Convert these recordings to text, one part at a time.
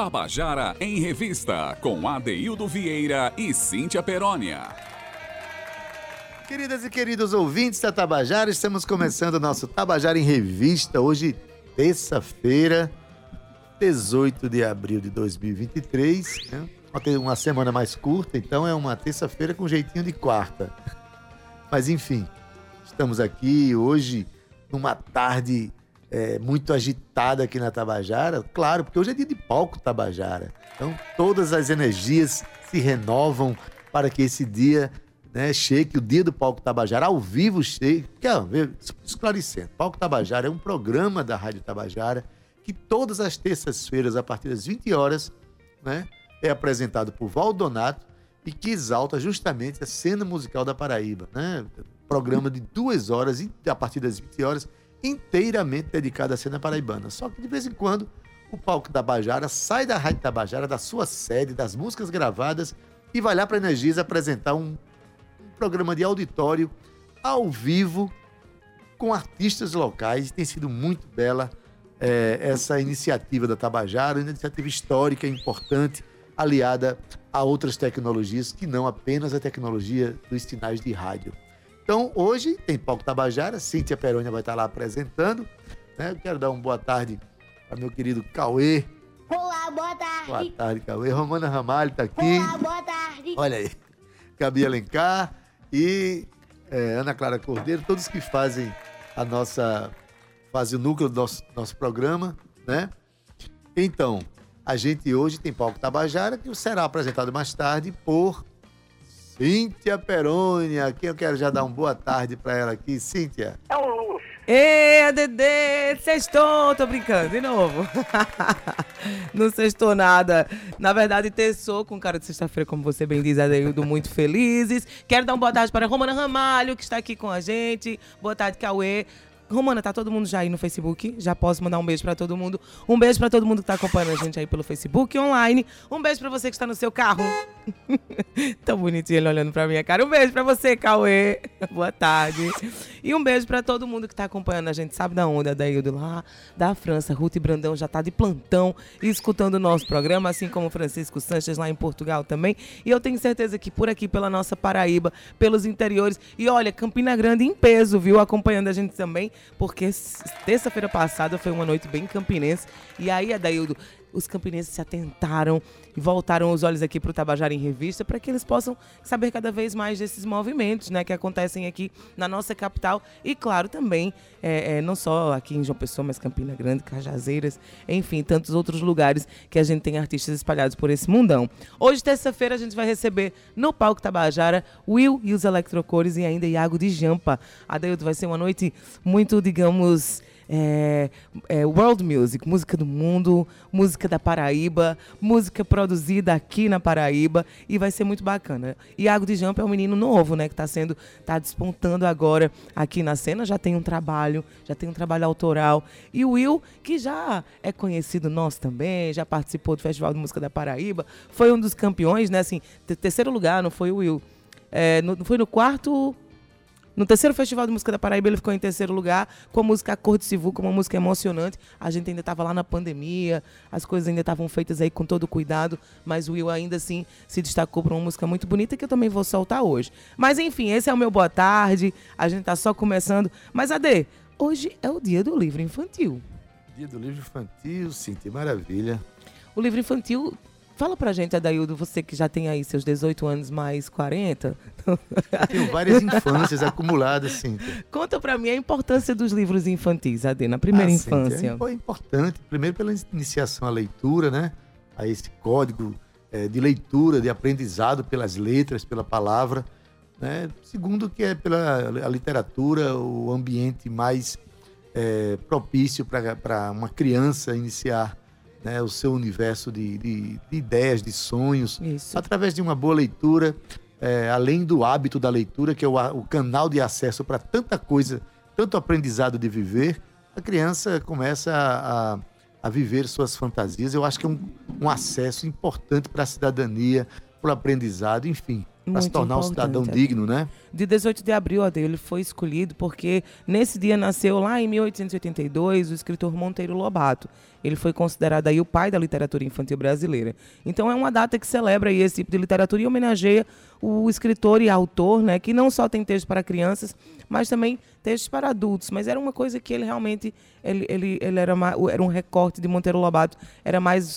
Tabajara em Revista, com Adeildo Vieira e Cíntia Perônia. Queridas e queridos ouvintes da Tabajara, estamos começando o nosso Tabajara em Revista, hoje, terça-feira, 18 de abril de 2023, né? Uma semana mais curta, então é uma terça-feira com jeitinho de quarta. Mas enfim, estamos aqui hoje numa tarde muito agitada aqui na Tabajara, claro, porque hoje é dia de palco Tabajara. Então todas as energias se renovam para que esse dia, né, chegue, o dia do palco Tabajara ao vivo chegue. Esclarecendo, Palco Tabajara é um programa da Rádio Tabajara que todas as terças-feiras, a partir das 20 horas, né, é apresentado por Valdonato e que exalta justamente a cena musical da Paraíba, né? Programa de 2 horas, a partir das 20 horas, inteiramente dedicado à cena paraibana. Só que de vez em quando o Palco Tabajara sai da Rádio Tabajara, da sua sede, das músicas gravadas, e vai lá para a Energisa apresentar um programa de auditório ao vivo com artistas locais. Tem sido muito bela essa iniciativa da Tabajara, uma iniciativa histórica importante, aliada a outras tecnologias que não apenas a tecnologia dos sinais de rádio. Então, hoje tem Palco Tabajara, Cíntia Perônia vai estar lá apresentando, né? Eu quero dar uma boa tarde para meu querido Cauê. Olá, boa tarde. Boa tarde, Cauê. Romana Ramalho está aqui. Olá, boa tarde. Olha aí. Gabi Alencar e Ana Clara Cordeiro, todos que fazem o núcleo do nosso programa, né? Então, a gente hoje tem Palco Tabajara, que será apresentado mais tarde por Cíntia Perônia, a quem eu quero já dar uma boa tarde para ela aqui. Cíntia. É um luxo. Ê, ADD, sextou, tô brincando, de novo. Não sextou nada. Na verdade, terçou com cara de sexta-feira, como você bem diz, Adeildo, muito felizes. Quero dar uma boa tarde para a Romana Ramalho, que está aqui com a gente. Boa tarde, Cauê. Romana, tá todo mundo já aí no Facebook? Já posso mandar um beijo pra todo mundo. Um beijo pra todo mundo que tá acompanhando a gente aí pelo Facebook online. Um beijo pra você que está no seu carro. Tão bonitinho ele olhando pra minha cara. Um beijo pra você, Cauê. Boa tarde. E um beijo pra todo mundo que tá acompanhando a gente. Sabe da onde, Adeildo? Lá da França. Ruth Brandão já tá de plantão escutando o nosso programa, assim como Francisco Sanches lá em Portugal também. E eu tenho certeza que por aqui, pela nossa Paraíba, pelos interiores. E olha, Campina Grande em peso, viu? Acompanhando a gente também. Porque terça-feira passada foi uma noite bem campinense. E aí, Adeildo, os campinenses se atentaram e voltaram os olhos aqui para o Tabajara em Revista para que eles possam saber cada vez mais desses movimentos, né, que acontecem aqui na nossa capital. E, claro, também, não só aqui em João Pessoa, mas Campina Grande, Cajazeiras, enfim, tantos outros lugares que a gente tem artistas espalhados por esse mundão. Hoje, terça-feira, a gente vai receber no Palco Tabajara Will e os Electrocores e ainda Iago de Jampa. Adeildo, vai ser uma noite muito, digamos, world music, música do mundo, música da Paraíba, música produzida aqui na Paraíba, e vai ser muito bacana. Iago de Jampa é um menino novo, né, que tá despontando agora aqui na cena, já tem um trabalho autoral. E o Will, que já é conhecido nosso também, já participou do Festival de Música da Paraíba, foi um dos campeões, né, assim, terceiro lugar, não foi o Will? Não foi no quarto... No terceiro Festival de Música da Paraíba, ele ficou em terceiro lugar com a música Acordo Civil, com uma música emocionante. A gente ainda estava lá na pandemia, as coisas ainda estavam feitas aí com todo cuidado, mas o Will ainda assim se destacou por uma música muito bonita que eu também vou soltar hoje. Mas enfim, esse é o meu boa tarde, a gente tá só começando. Mas Ade, hoje é o dia do livro infantil. Dia do livro infantil, Cíntia, maravilha. O livro infantil... Fala pra gente, Adeildo, você que já tem aí seus 18 anos mais 40. Eu tenho várias infâncias acumuladas, Cíntia. Conta pra mim a importância dos livros infantis, Ade, na primeira infância. Cíntia, é importante, primeiro pela iniciação à leitura, né? A esse código de leitura, de aprendizado pelas letras, pela palavra, né? Segundo, que é pela a literatura, o ambiente mais propício para uma criança iniciar, né, o seu universo de ideias, de sonhos. Isso. Através de uma boa leitura, além do hábito da leitura, que é o canal de acesso para tanta coisa, tanto aprendizado de viver, a criança começa a viver suas fantasias. Eu acho que é um acesso importante para a cidadania, para o aprendizado, enfim. para se Muito tornar um cidadão importante, digno, né? De 18 de abril, Ade, ele foi escolhido porque nesse dia nasceu lá em 1882 o escritor Monteiro Lobato. Ele foi considerado aí o pai da literatura infantil brasileira. Então é uma data que celebra aí esse tipo de literatura e homenageia o escritor e autor, né, que não só tem textos para crianças, mas também textos para adultos. Mas era uma coisa que ele realmente ele era um recorte de Monteiro Lobato, era mais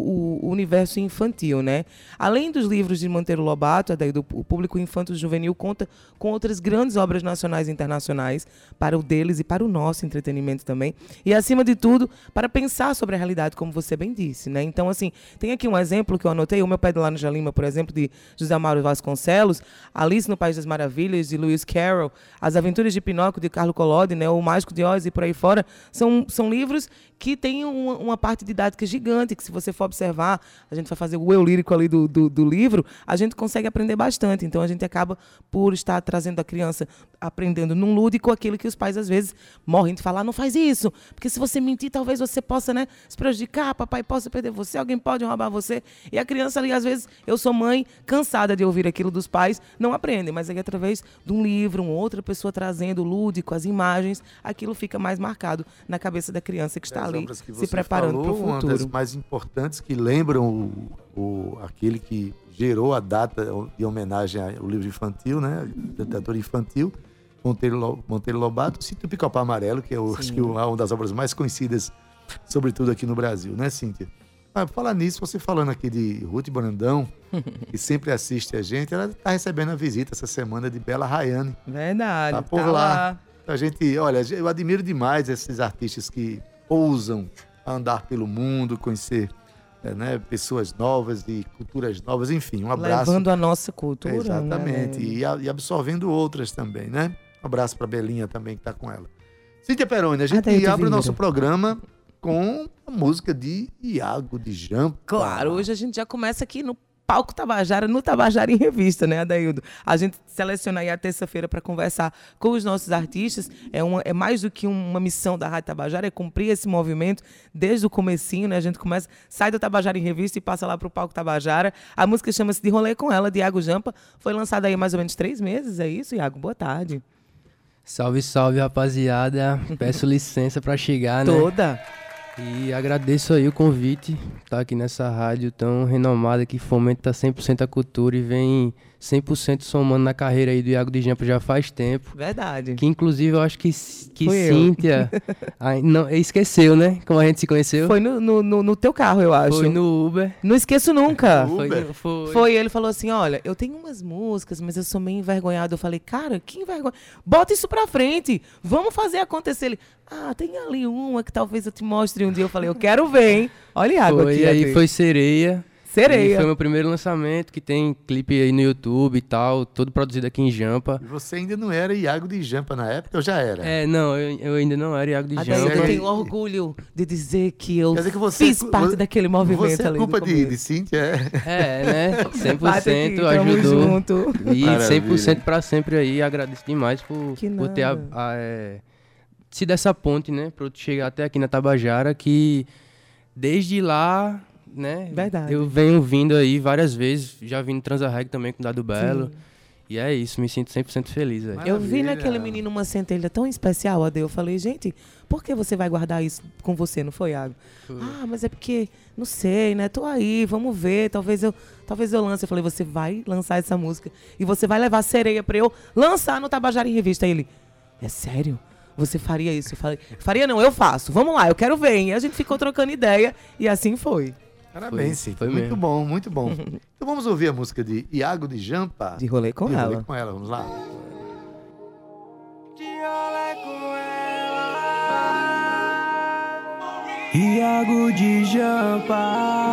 o universo infantil, né? Além dos livros de Monteiro Lobato, daí o público infanto-juvenil conta com outras grandes obras nacionais e internacionais para o deles e para o nosso entretenimento também. E, acima de tudo, para pensar sobre a realidade, como você bem disse, né? Então, assim, tem aqui um exemplo que eu anotei, O Meu Pé de Laranja Lima, por exemplo, de José Mauro Vasconcelos, Alice no País das Maravilhas, de Lewis Carroll, As Aventuras de Pinóquio, de Carlo Collodi, né? O Mágico de Oz e por aí fora, são livros que têm uma parte didática gigante, que se você for observar, a gente vai fazer o eu lírico ali do livro, a gente consegue aprender bastante. Então, a gente acaba por estar trazendo a criança aprendendo num lúdico aquilo que os pais, às vezes, morrem de falar, não faz isso, porque se você mentir, talvez você possa, né, se prejudicar, papai possa perder você, alguém pode roubar você. E a criança ali, às vezes, eu sou mãe, cansada de ouvir aquilo dos pais, não aprende, mas aí através de um livro, uma outra pessoa trazendo o lúdico, as imagens, aquilo fica mais marcado na cabeça da criança que está ali se preparando para o futuro. Uma das mais importantes que lembram aquele que gerou a data de homenagem ao livro infantil, né? Literatura infantil, Monteiro Lobato, Sítio do Pica-Pau Amarelo, que acho que é uma das obras mais conhecidas, sobretudo aqui no Brasil, né, Cíntia? Falar nisso, você falando aqui de Ruth Brandão, que sempre assiste a gente, ela está recebendo a visita essa semana de Bela Rayane. Verdade. Tá por lá. A gente, olha, eu admiro demais esses artistas que ousam andar pelo mundo, conhecer né, pessoas novas e culturas novas, enfim, um abraço. Levando a nossa cultura. Exatamente, né? e absorvendo outras também, né? Um abraço para Belinha também, que está com ela. Cíntia Peroni, a gente abre o nosso programa com a música de Iago de Jampa. Claro, hoje a gente já começa aqui no Palco Tabajara, no Tabajara em Revista, né, Adaildo? A gente seleciona aí a terça-feira para conversar com os nossos artistas. É mais do que uma missão da Rádio Tabajara, é cumprir esse movimento desde o comecinho, né? A gente sai do Tabajara em Revista e passa lá para o Palco Tabajara. A música chama-se De Rolê Com Ela, de Iago Jampa. Foi lançada aí há mais ou menos 3 meses, é isso, Iago? Boa tarde. Salve, salve, rapaziada. Peço licença para chegar, né? Toda. E agradeço aí o convite, tá aqui nessa rádio tão renomada que fomenta 100% a cultura e vem 100% somando na carreira aí do Iago de Jampa já faz tempo. Verdade. Que inclusive eu acho que Cíntia não, esqueceu, né? Como a gente se conheceu. Foi no teu carro, eu acho. Foi no Uber. Não esqueço nunca. Foi. Ele falou assim, olha, eu tenho umas músicas, mas eu sou meio envergonhado. Eu falei, cara, que envergonha. Bota isso pra frente. Vamos fazer acontecer. Ele, tem ali uma que talvez eu te mostre um dia. Eu falei, eu quero ver, hein? Olha Iago aqui. E aí foi Sereia. E foi meu primeiro lançamento, que tem clipe aí no YouTube e tal, todo produzido aqui em Jampa. E você ainda não era Iago de Jampa na época, ou já era? Não, eu ainda não era Iago de Jampa. Eu tenho orgulho de dizer que eu fiz parte daquele movimento ali. Você é culpa de Cíntia, né? 100% ajudou. Junto. E maravilha. 100% pra sempre aí, agradeço demais por ter sido essa ponte, né? Pra eu chegar até aqui na Tabajara, que desde lá... né? Verdade. Eu venho vindo aí várias vezes, já vim no Transarreg também com o Dado Belo. Sim. E é isso, me sinto 100% feliz. Eu vi naquele menino uma centelha tão especial, Ade. Eu falei, gente, por que você vai guardar isso com você, não foi, Iago? Mas é porque, não sei, né? Tô aí, vamos ver, talvez eu lance. Eu falei, você vai lançar essa música e você vai levar Sereia pra eu lançar no Tabajara em Revista. Aí ele, é sério? Você faria isso? Eu falei, faria não, eu faço. Vamos lá, eu quero ver, hein? E a gente ficou trocando ideia e assim foi. Parabéns, sim. Foi muito mesmo. Bom, muito bom. Então vamos ouvir a música de Iago de Jampa. De Rolê Com Ela. De Rolê Com Ela, vamos lá. De rolê com ela. Iago de Jampa.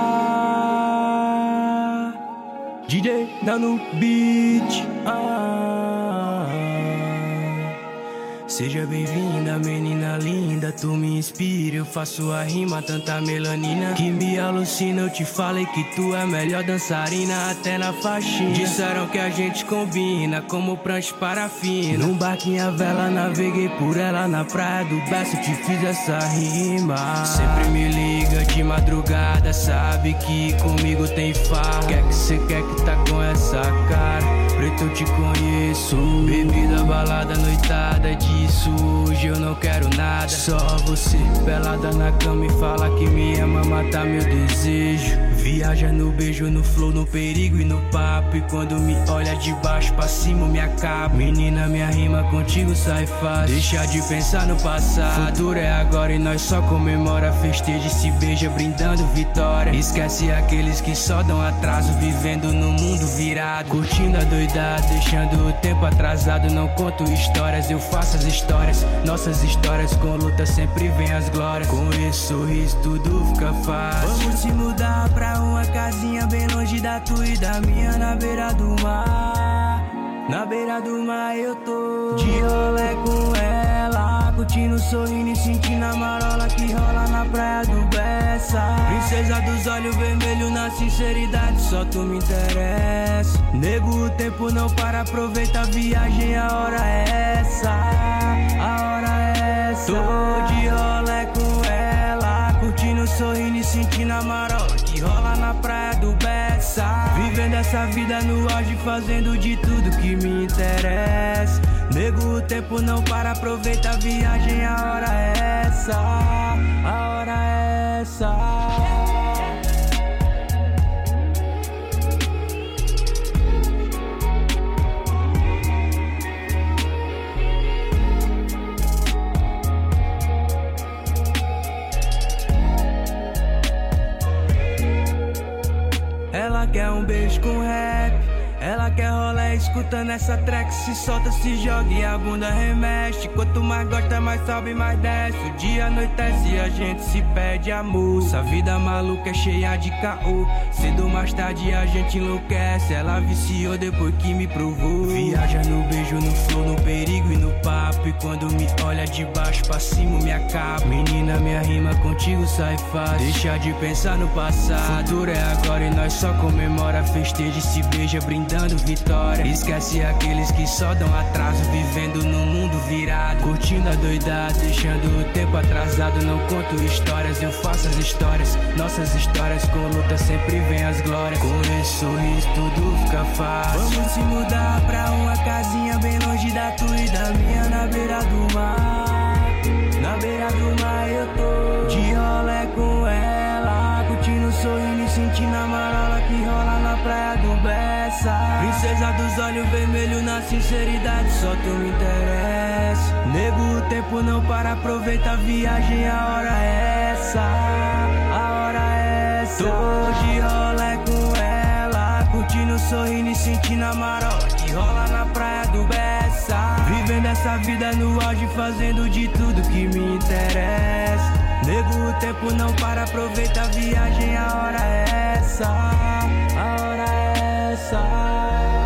DJ dá no beat. Seja bem-vinda, menina linda, tu me inspira, eu faço a rima, tanta melanina que me alucina. Eu te falei que tu é a melhor dançarina, até na faxina. Disseram que a gente combina, como prancha e parafina. Num barquinho a vela, naveguei por ela na praia do Bessa, eu te fiz essa rima. Sempre me liga de madrugada, sabe que comigo tem farra. Quer que cê quer que tá com essa cara? Preto, eu te conheço. Bebida, balada, noitada, disso hoje eu não quero nada. Só você, pelada na cama e fala que me ama, mata meu desejo. Viaja no beijo, no flow, no perigo e no papo. E quando me olha de baixo pra cima me acaba. Menina, minha rima contigo sai fácil. Deixa de pensar no passado, futuro é agora e nós só comemora. Festeja e se beija brindando vitória. Esquece aqueles que só dão atraso, vivendo no mundo virado, curtindo a doidada, deixando o tempo atrasado. Não conto histórias, eu faço as histórias. Nossas histórias com luta sempre vem as glórias. Com esse sorriso tudo fica fácil. Vamos se mudar pra uma casinha bem longe da tua e da minha, na beira do mar. Na beira do mar eu tô de rolê com ela, curtindo, sorrindo e sentindo a marola que rola na praia do Bessa. Princesa dos olhos vermelhos, na sinceridade só tu me interessa. Nego, o tempo não para, aproveita a viagem, a hora é essa. A hora é essa. Tô de rolê com ela, curtindo, sorrindo e sentindo a marola que rola na praia do Bessa. Vivendo essa vida no auge, fazendo de tudo que me interessa. Nego, o tempo não para, aproveita a viagem, a hora é essa. A hora é essa. Ela quer um beijo com rap, ela quer rolê escutando essa track. Se solta, se joga e a bunda remexe. Quanto mais gosta, mais sobe, mais desce. O dia anoitece e a gente se perde a moça. A vida maluca é cheia de caô. Cedo ou mais tarde a gente enlouquece. Ela viciou depois que me provou. Viaja no beijo, no flow, no perigo e no papo. E quando me olha de baixo pra cima me acaba. Menina, minha rima contigo sai fácil. Deixa de pensar no passado, futuro é agora e nós só comemora. Festeja e se beija brindando vitória. Esquece aqueles que só dão atraso, vivendo no mundo virado, curtindo a doidada, deixando o tempo atrasado. Não conto histórias, eu faço as histórias. Nossas histórias com luta sempre vem as glórias. Com esse sorriso tudo fica fácil. Vamos se mudar pra uma casinha bem longe da tua e da minha, na beira do mar. Na beira do mar eu tô de rolê com ela, curtindo, sorrindo e sentindo a marola que rola na praia do Bessa. Princesa dos olhos vermelhos, na sinceridade só tu me interessa. Nego, o tempo não para, aproveita a viagem, a hora é essa. A hora é essa. Tô de rolê com ela, curtindo, sorrindo e sentindo a marola que rola na praia do Bessa. Vivendo essa vida no auge, fazendo de tudo que me interessa. Nego, o tempo não para, aproveita a viagem, a hora é essa. A hora é essa.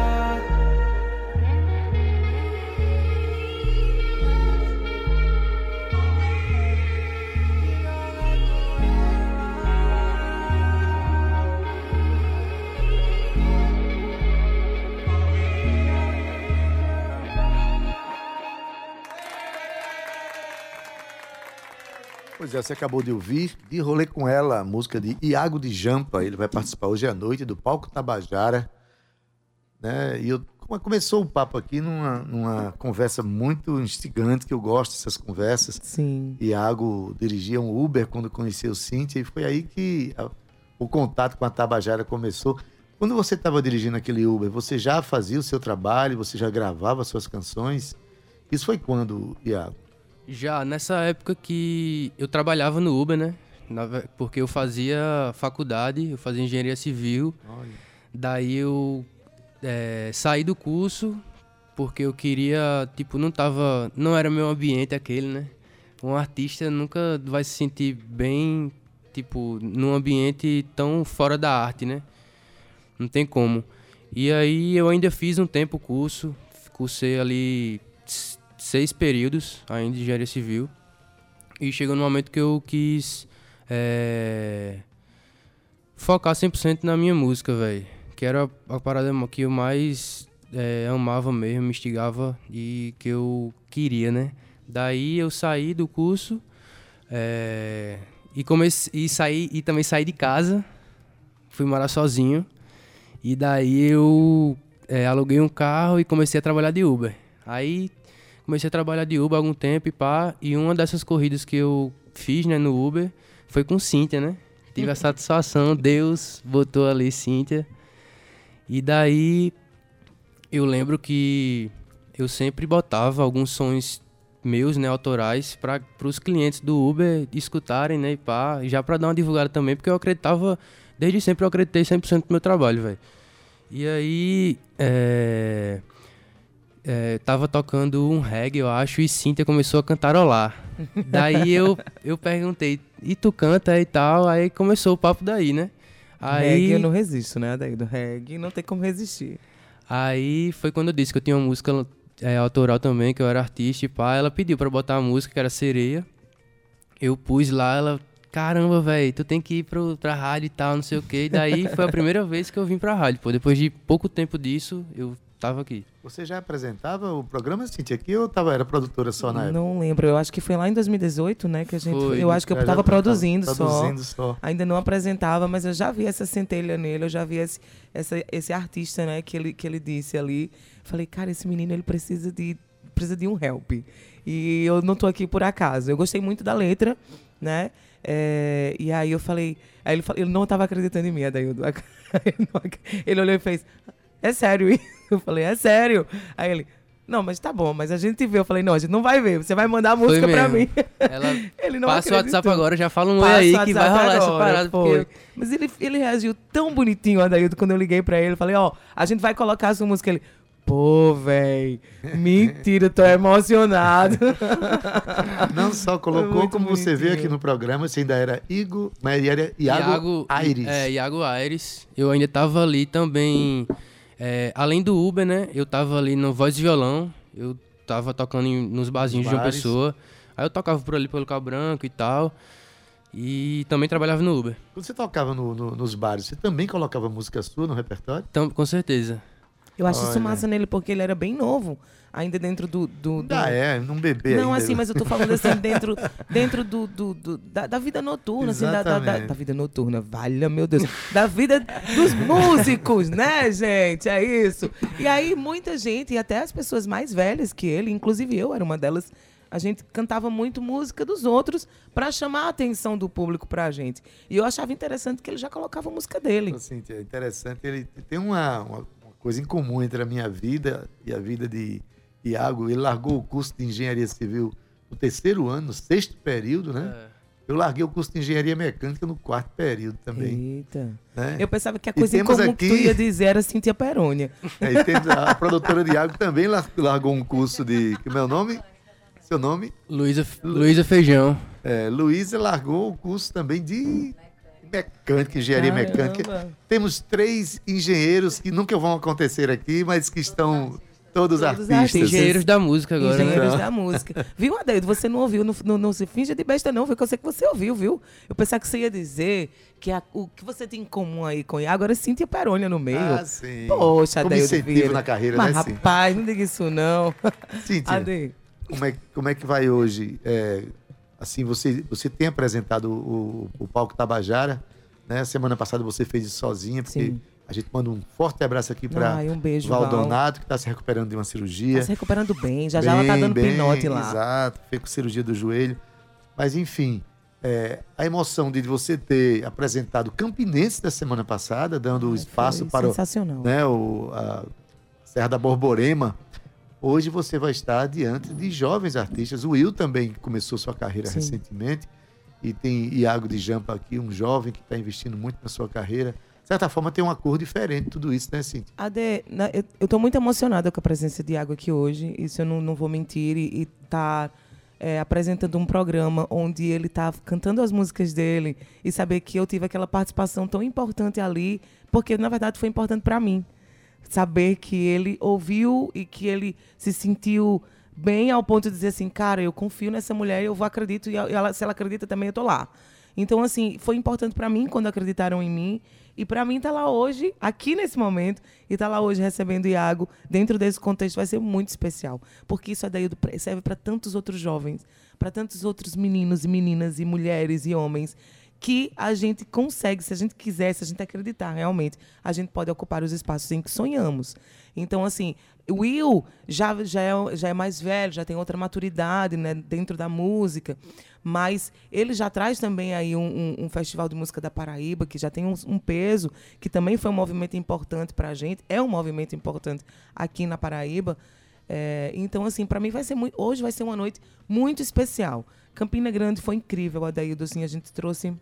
Pois é, você acabou de ouvir De Rolê com Ela, a música de Iago de Jampa. Ele vai participar hoje à noite do Palco Tabajara, né? E começou o papo aqui numa conversa muito instigante, que eu gosto dessas conversas. Sim. Iago dirigia um Uber quando conheceu Cíntia e foi aí que o contato com a Tabajara começou. Quando você estava dirigindo aquele Uber, você já fazia o seu trabalho, você já gravava suas canções? Isso foi quando, Iago? Já nessa época que eu trabalhava no Uber, né? Porque eu fazia faculdade, eu fazia engenharia civil. Olha. Daí eu saí do curso porque eu queria, não era meu ambiente aquele, né? Um artista nunca vai se sentir bem, num ambiente tão fora da arte, né? Não tem como. E aí eu ainda fiz um tempo o curso, cursei ali 6 períodos ainda de engenharia civil. E chegou no momento que eu quis focar 100% na minha música, velho. Que era a parada que eu mais amava mesmo, me instigava e que eu queria, né? Daí eu saí do curso e também saí de casa. Fui morar sozinho. E daí eu aluguei um carro e comecei a trabalhar de Uber. Aí comecei a trabalhar de Uber há algum tempo e uma dessas corridas que eu fiz, né, no Uber foi com Cíntia, né? Tive a satisfação, Deus botou ali Cíntia. E daí eu lembro que eu sempre botava alguns sons meus, né, autorais, para os clientes do Uber escutarem, né, e pá, já para dar uma divulgada também, porque eu acreditava, desde sempre eu acreditei 100% no meu trabalho, velho. E aí, tava tocando um reggae, eu acho, e Cíntia começou a cantarolar. Daí eu perguntei, e tu canta e tal? Aí começou o papo daí, né? Aí, reggae eu não resisto, né? Daí do reggae não tem como resistir. Aí foi quando eu disse que eu tinha uma música autoral também, que eu era artista e pá. Ela pediu pra botar a música, que era Sereia. Eu pus lá, ela... Caramba, velho, tu tem que ir pra rádio e tal, não sei o quê. E daí foi a primeira vez que eu vim pra rádio, pô. Depois de pouco tempo disso, eu tava aqui. Você já apresentava o programa, Cíntia, aqui ou era produtora só na época? Não lembro, eu acho que foi lá em 2018, né, que a gente... Eu acho que eu tava produzindo só. Ainda não apresentava, mas eu já vi essa centelha nele, eu já vi esse artista, né, que ele disse ali. Falei, cara, esse menino, ele precisa de um help. E eu não tô aqui por acaso. Eu gostei muito da letra, né? E aí eu falei... Aí ele não estava acreditando em mim, Adaildo. Ele olhou e fez... É sério isso? Eu falei, é sério. Aí ele... Não, mas tá bom, mas a gente vê. Eu falei, não, a gente não vai ver. Você vai mandar a música pra mim. Ele não passa o WhatsApp agora, já fala um oi aí que vai rolar essa parada. Porque... Mas ele reagiu tão bonitinho, Adaildo, quando eu liguei pra ele. Eu falei, a gente vai colocar a sua música. Ele... Pô, véi, mentira, tô emocionado. Não só colocou, como você vê aqui no programa, você ainda era Iago Aires. Iago Aires. Eu ainda tava ali também, além do Uber, né? Eu tava ali no Voz e Violão, eu tava tocando nos barzinhos de João Pessoa. Aí eu tocava por ali pelo Cabo Branco e tal. E também trabalhava no Uber. Quando você tocava nos bares, você também colocava música sua no repertório? Então, com certeza. Eu acho isso massa nele, porque ele era bem novo, ainda dentro do... num bebê Não, ainda. assim, mas eu tô falando assim, dentro da vida noturna, assim, da vida noturna, valha, meu Deus, da vida dos músicos, né, gente? É isso. E aí, muita gente, e até as pessoas mais velhas que ele, inclusive eu era uma delas, a gente cantava muito música dos outros para chamar a atenção do público pra gente. E eu achava interessante que ele já colocava a música dele. Assim, é interessante, ele tem uma coisa em comum entre a minha vida e a vida de Iago. Ele largou o curso de engenharia civil no 3º ano, no 6º período, né? Eu larguei o curso de engenharia mecânica no 4º período também. Eita. Né? Eu pensava que a coisa em comum que tu ia dizer era Cíntia Perônia. E temos a produtora de Iago também largou um curso de... Como é o nome? Seu nome? Luísa Feijão. Luísa largou o curso também de... mecânica, engenharia mecânica. Temos 3 engenheiros que nunca vão acontecer aqui, mas que estão todos artistas. Engenheiros da música agora. Engenheiros da música. Viu, Adaildo? Você não ouviu, não se finja de besta não, viu? Que eu sei que você ouviu, viu? Eu pensava que você ia dizer que o que você tem em comum aí com o Iago era Cíntia Perônia no meio. Ah, sim. Poxa, Adaildo Vieira. Na carreira, mas, né, rapaz, não diga isso não. Cíntia, como é que vai hoje... Assim, você tem apresentado o Palco Tabajara, né? Semana passada você fez isso sozinha, porque Sim. a gente manda um forte abraço aqui para um beijo, Valdonato, que está se recuperando de uma cirurgia. Está se recuperando bem, já ela tá dando pinote lá. Exato, fez com cirurgia do joelho. Mas, enfim, a emoção de você ter apresentado Campinense da semana passada, dando espaço para a Serra da Borborema. Hoje você vai estar diante de jovens artistas. O Will também começou sua carreira recentemente. E tem Iago de Jampa aqui, um jovem que está investindo muito na sua carreira. De certa forma, tem uma cor diferente tudo isso, né, Cíntia? Eu estou muito emocionada com a presença de Iago aqui hoje. Isso eu não vou mentir. E tá apresentando um programa onde ele está cantando as músicas dele. E saber que eu tive aquela participação tão importante ali. Porque, na verdade, foi importante para mim. Saber que ele ouviu e que ele se sentiu bem ao ponto de dizer assim, cara, eu confio nessa mulher, eu acredito, e se ela acredita também, eu tô lá. Então, assim, foi importante para mim quando acreditaram em mim. E para mim estar lá hoje, aqui nesse momento, e estar lá hoje recebendo Iago, dentro desse contexto, vai ser muito especial. Porque isso daí serve para tantos outros jovens, para tantos outros meninos e meninas, e mulheres e homens, que a gente consegue, se a gente quiser, se a gente acreditar realmente, a gente pode ocupar os espaços em que sonhamos. Então, assim, o Will já é mais velho, já tem outra maturidade, né, dentro da música, mas ele já traz também aí um festival de música da Paraíba, que já tem um peso, que também foi um movimento importante para a gente, é um movimento importante aqui na Paraíba. Então, assim, para mim hoje vai ser uma noite muito especial. Campina Grande foi incrível, Adaildo, assim, a gente trouxe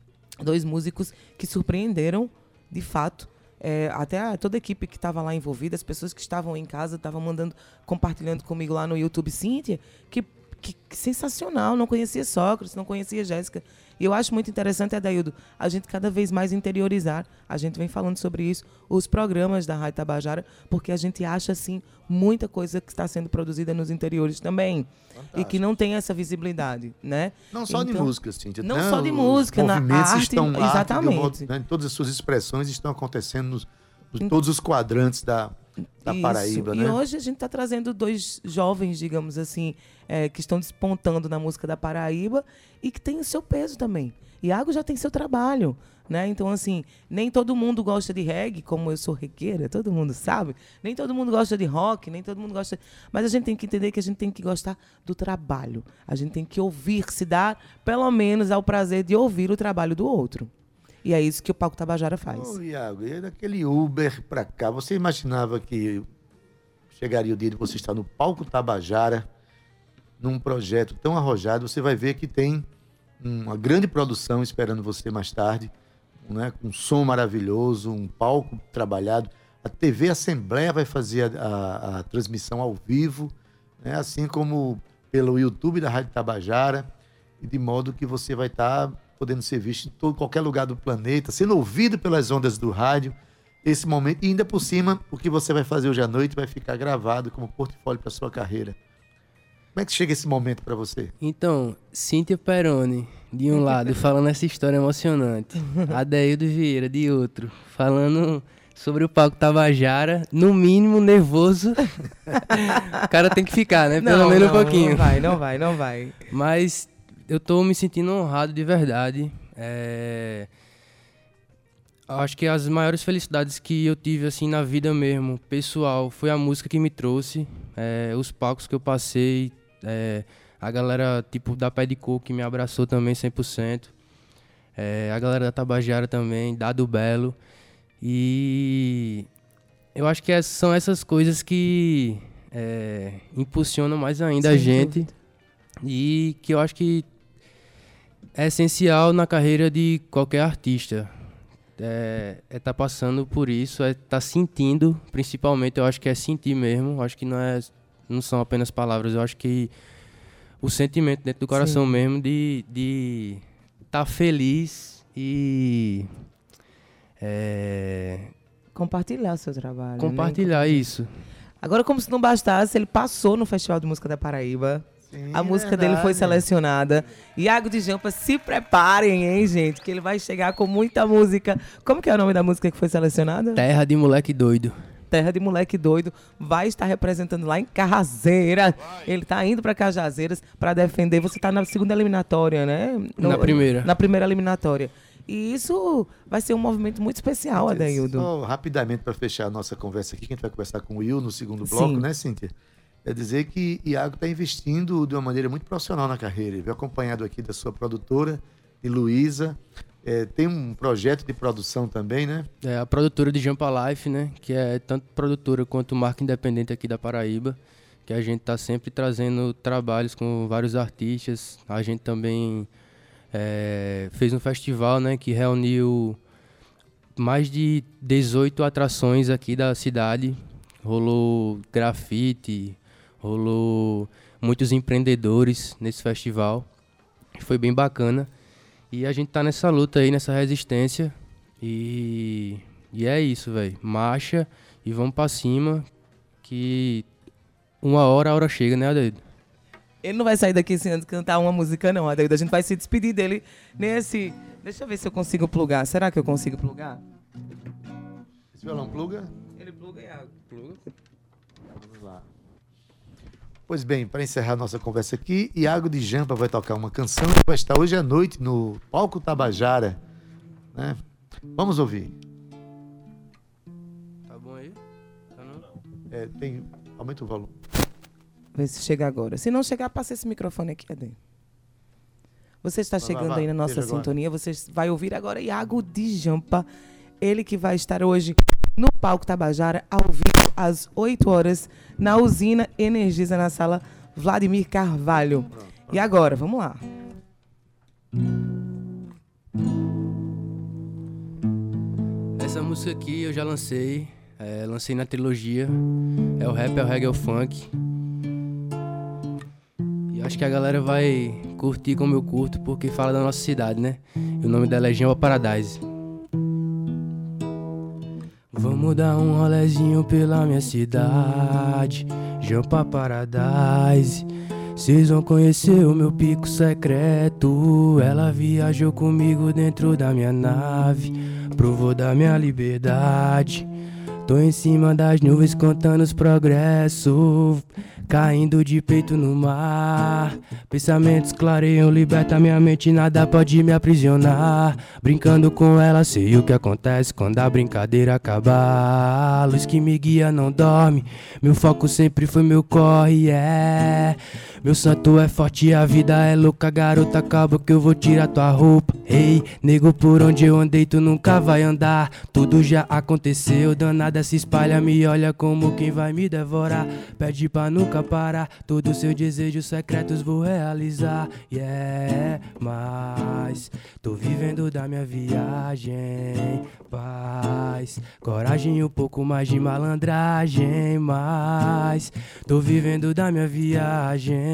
2 músicos que surpreenderam, de fato, até toda a equipe que estava lá envolvida, as pessoas que estavam em casa, estavam compartilhando comigo lá no YouTube, Cíntia, que sensacional, não conhecia Sócrates, não conhecia Jéssica. E eu acho muito interessante, Adaildo, a gente cada vez mais interiorizar, a gente vem falando sobre isso, os programas da Rádio Tabajara, porque a gente acha, assim, muita coisa que está sendo produzida nos interiores também. Fantástico. E que não tem essa visibilidade, né? Não só de música, Cíntia. Não só de música, na arte, exatamente. Todas as suas expressões estão acontecendo em todos os quadrantes da Paraíba, né? E hoje a gente está trazendo 2 jovens, digamos assim, que estão despontando na música da Paraíba e que tem o seu peso também. Iago já tem seu trabalho, né? Então, assim, nem todo mundo gosta de reggae, como eu sou regueira, todo mundo sabe. Nem todo mundo gosta de rock, nem todo mundo gosta... Mas a gente tem que entender que a gente tem que gostar do trabalho. A gente tem que ouvir, se dar, pelo menos, ao prazer de ouvir o trabalho do outro. E é isso que o Palco Tabajara faz. Iago, e daquele Uber pra cá, você imaginava que chegaria o dia de você estar no Palco Tabajara, num projeto tão arrojado? Você vai ver que tem uma grande produção esperando você mais tarde, né? Com um som maravilhoso, um palco trabalhado. A TV Assembleia vai fazer a transmissão ao vivo, né? Assim como pelo YouTube da Rádio Tabajara, e de modo que você vai estar podendo ser visto em qualquer lugar do planeta, sendo ouvido pelas ondas do rádio, esse momento, e ainda por cima, o que você vai fazer hoje à noite vai ficar gravado como portfólio para sua carreira. Como é que chega esse momento para você? Então, Cíntia Peroni, de um lado, falando essa história emocionante, Adaildo Vieira, de outro, falando sobre o Palco Tabajara, no mínimo nervoso. O cara tem que ficar, né? Pelo menos um pouquinho. Não vai. Mas eu tô me sentindo honrado de verdade. Acho que as maiores felicidades que eu tive assim na vida mesmo, pessoal, foi a música que me trouxe, os palcos que eu passei, a galera tipo da Pé de Coco que me abraçou também 100%, a galera da Tabajara também, Dado Belo. E eu acho que são essas coisas que impulsionam mais ainda a gente, e que eu acho que é essencial na carreira de qualquer artista. Tá passando por isso, tá sentindo, principalmente, eu acho que é sentir mesmo, eu acho que não são apenas palavras, eu acho que o sentimento dentro do coração mesmo de tá feliz e compartilhar o seu trabalho. Compartilhar, né? Isso. Agora, como se não bastasse, ele passou no Festival de Música da Paraíba. Sim, a música dele foi selecionada. Iago de Jampa, se preparem, hein, gente, que ele vai chegar com muita música. Como que é o nome da música que foi selecionada? Terra de Moleque Doido. Terra de Moleque Doido. Vai estar representando lá em Cajazeiras. Ele está indo para Cajazeiras para defender. Você está na segunda eliminatória, né? Na primeira. Na primeira eliminatória. E isso vai ser um movimento muito especial, Adaildo. Só rapidamente para fechar a nossa conversa aqui, que a gente vai conversar com o Will no segundo bloco, né, Cíntia? É dizer que Iago está investindo de uma maneira muito profissional na carreira. Ele veio acompanhado aqui da sua produtora, de Luísa. Tem um projeto de produção também, né? A produtora de Jampa Life, né? Que é tanto produtora quanto marca independente aqui da Paraíba. Que a gente está sempre trazendo trabalhos com vários artistas. A gente também fez um festival, né? Que reuniu mais de 18 atrações aqui da cidade. Rolou grafite, rolou muitos empreendedores nesse festival. Foi bem bacana. E a gente tá nessa luta aí, nessa resistência. E é isso, velho. Marcha e vamos pra cima, que uma hora, a hora chega, né, Adeildo? Ele não vai sair daqui sem antes cantar uma música, não, Adeildo. A gente vai se despedir dele nesse... Deixa eu ver se eu consigo plugar. Será que eu consigo plugar? Esse violão pluga? Ele pluga e água. Pluga. Vamos lá. Pois bem, para encerrar nossa conversa aqui, Iago de Jampa vai tocar uma canção que vai estar hoje à noite no Palco Tabajara, né? Vamos ouvir. Tá bom aí? Tá não? Aumenta o volume. Vê se chega agora. Se não chegar, passa esse microfone aqui, Adem. Você está chegando aí na nossa sintonia. Você vai ouvir agora Iago de Jampa. Ele que vai estar hoje no Palco Tabajara, ao vivo, às 8 horas, na Usina Energisa, na sala Vladimir Carvalho. E agora, vamos lá. Essa música aqui eu já lancei. Lancei na trilogia. É o rap, é o reggae, é o funk. E acho que a galera vai curtir como eu curto, porque fala da nossa cidade, né? E o nome dela é Jampa Paradise. Vamos dar um rolezinho pela minha cidade, Jampa Paradise. Cês vão conhecer o meu pico secreto. Ela viajou comigo dentro da minha nave, provou da minha liberdade. Tô em cima das nuvens contando os progressos, caindo de peito no mar. Pensamentos clareiam, liberta minha mente, nada pode me aprisionar. Brincando com ela, sei o que acontece quando a brincadeira acabar. A luz que me guia não dorme, meu foco sempre foi meu corre, Meu santo é forte e a vida é louca, garota, acaba que eu vou tirar tua roupa. Ei, nego, por onde eu andei tu nunca vai andar. Tudo já aconteceu, danada se espalha, me olha como quem vai me devorar. Pede pra nunca parar, todos seus desejos secretos vou realizar. Mas tô vivendo da minha viagem, paz, coragem e um pouco mais de malandragem. Mas tô vivendo da minha viagem,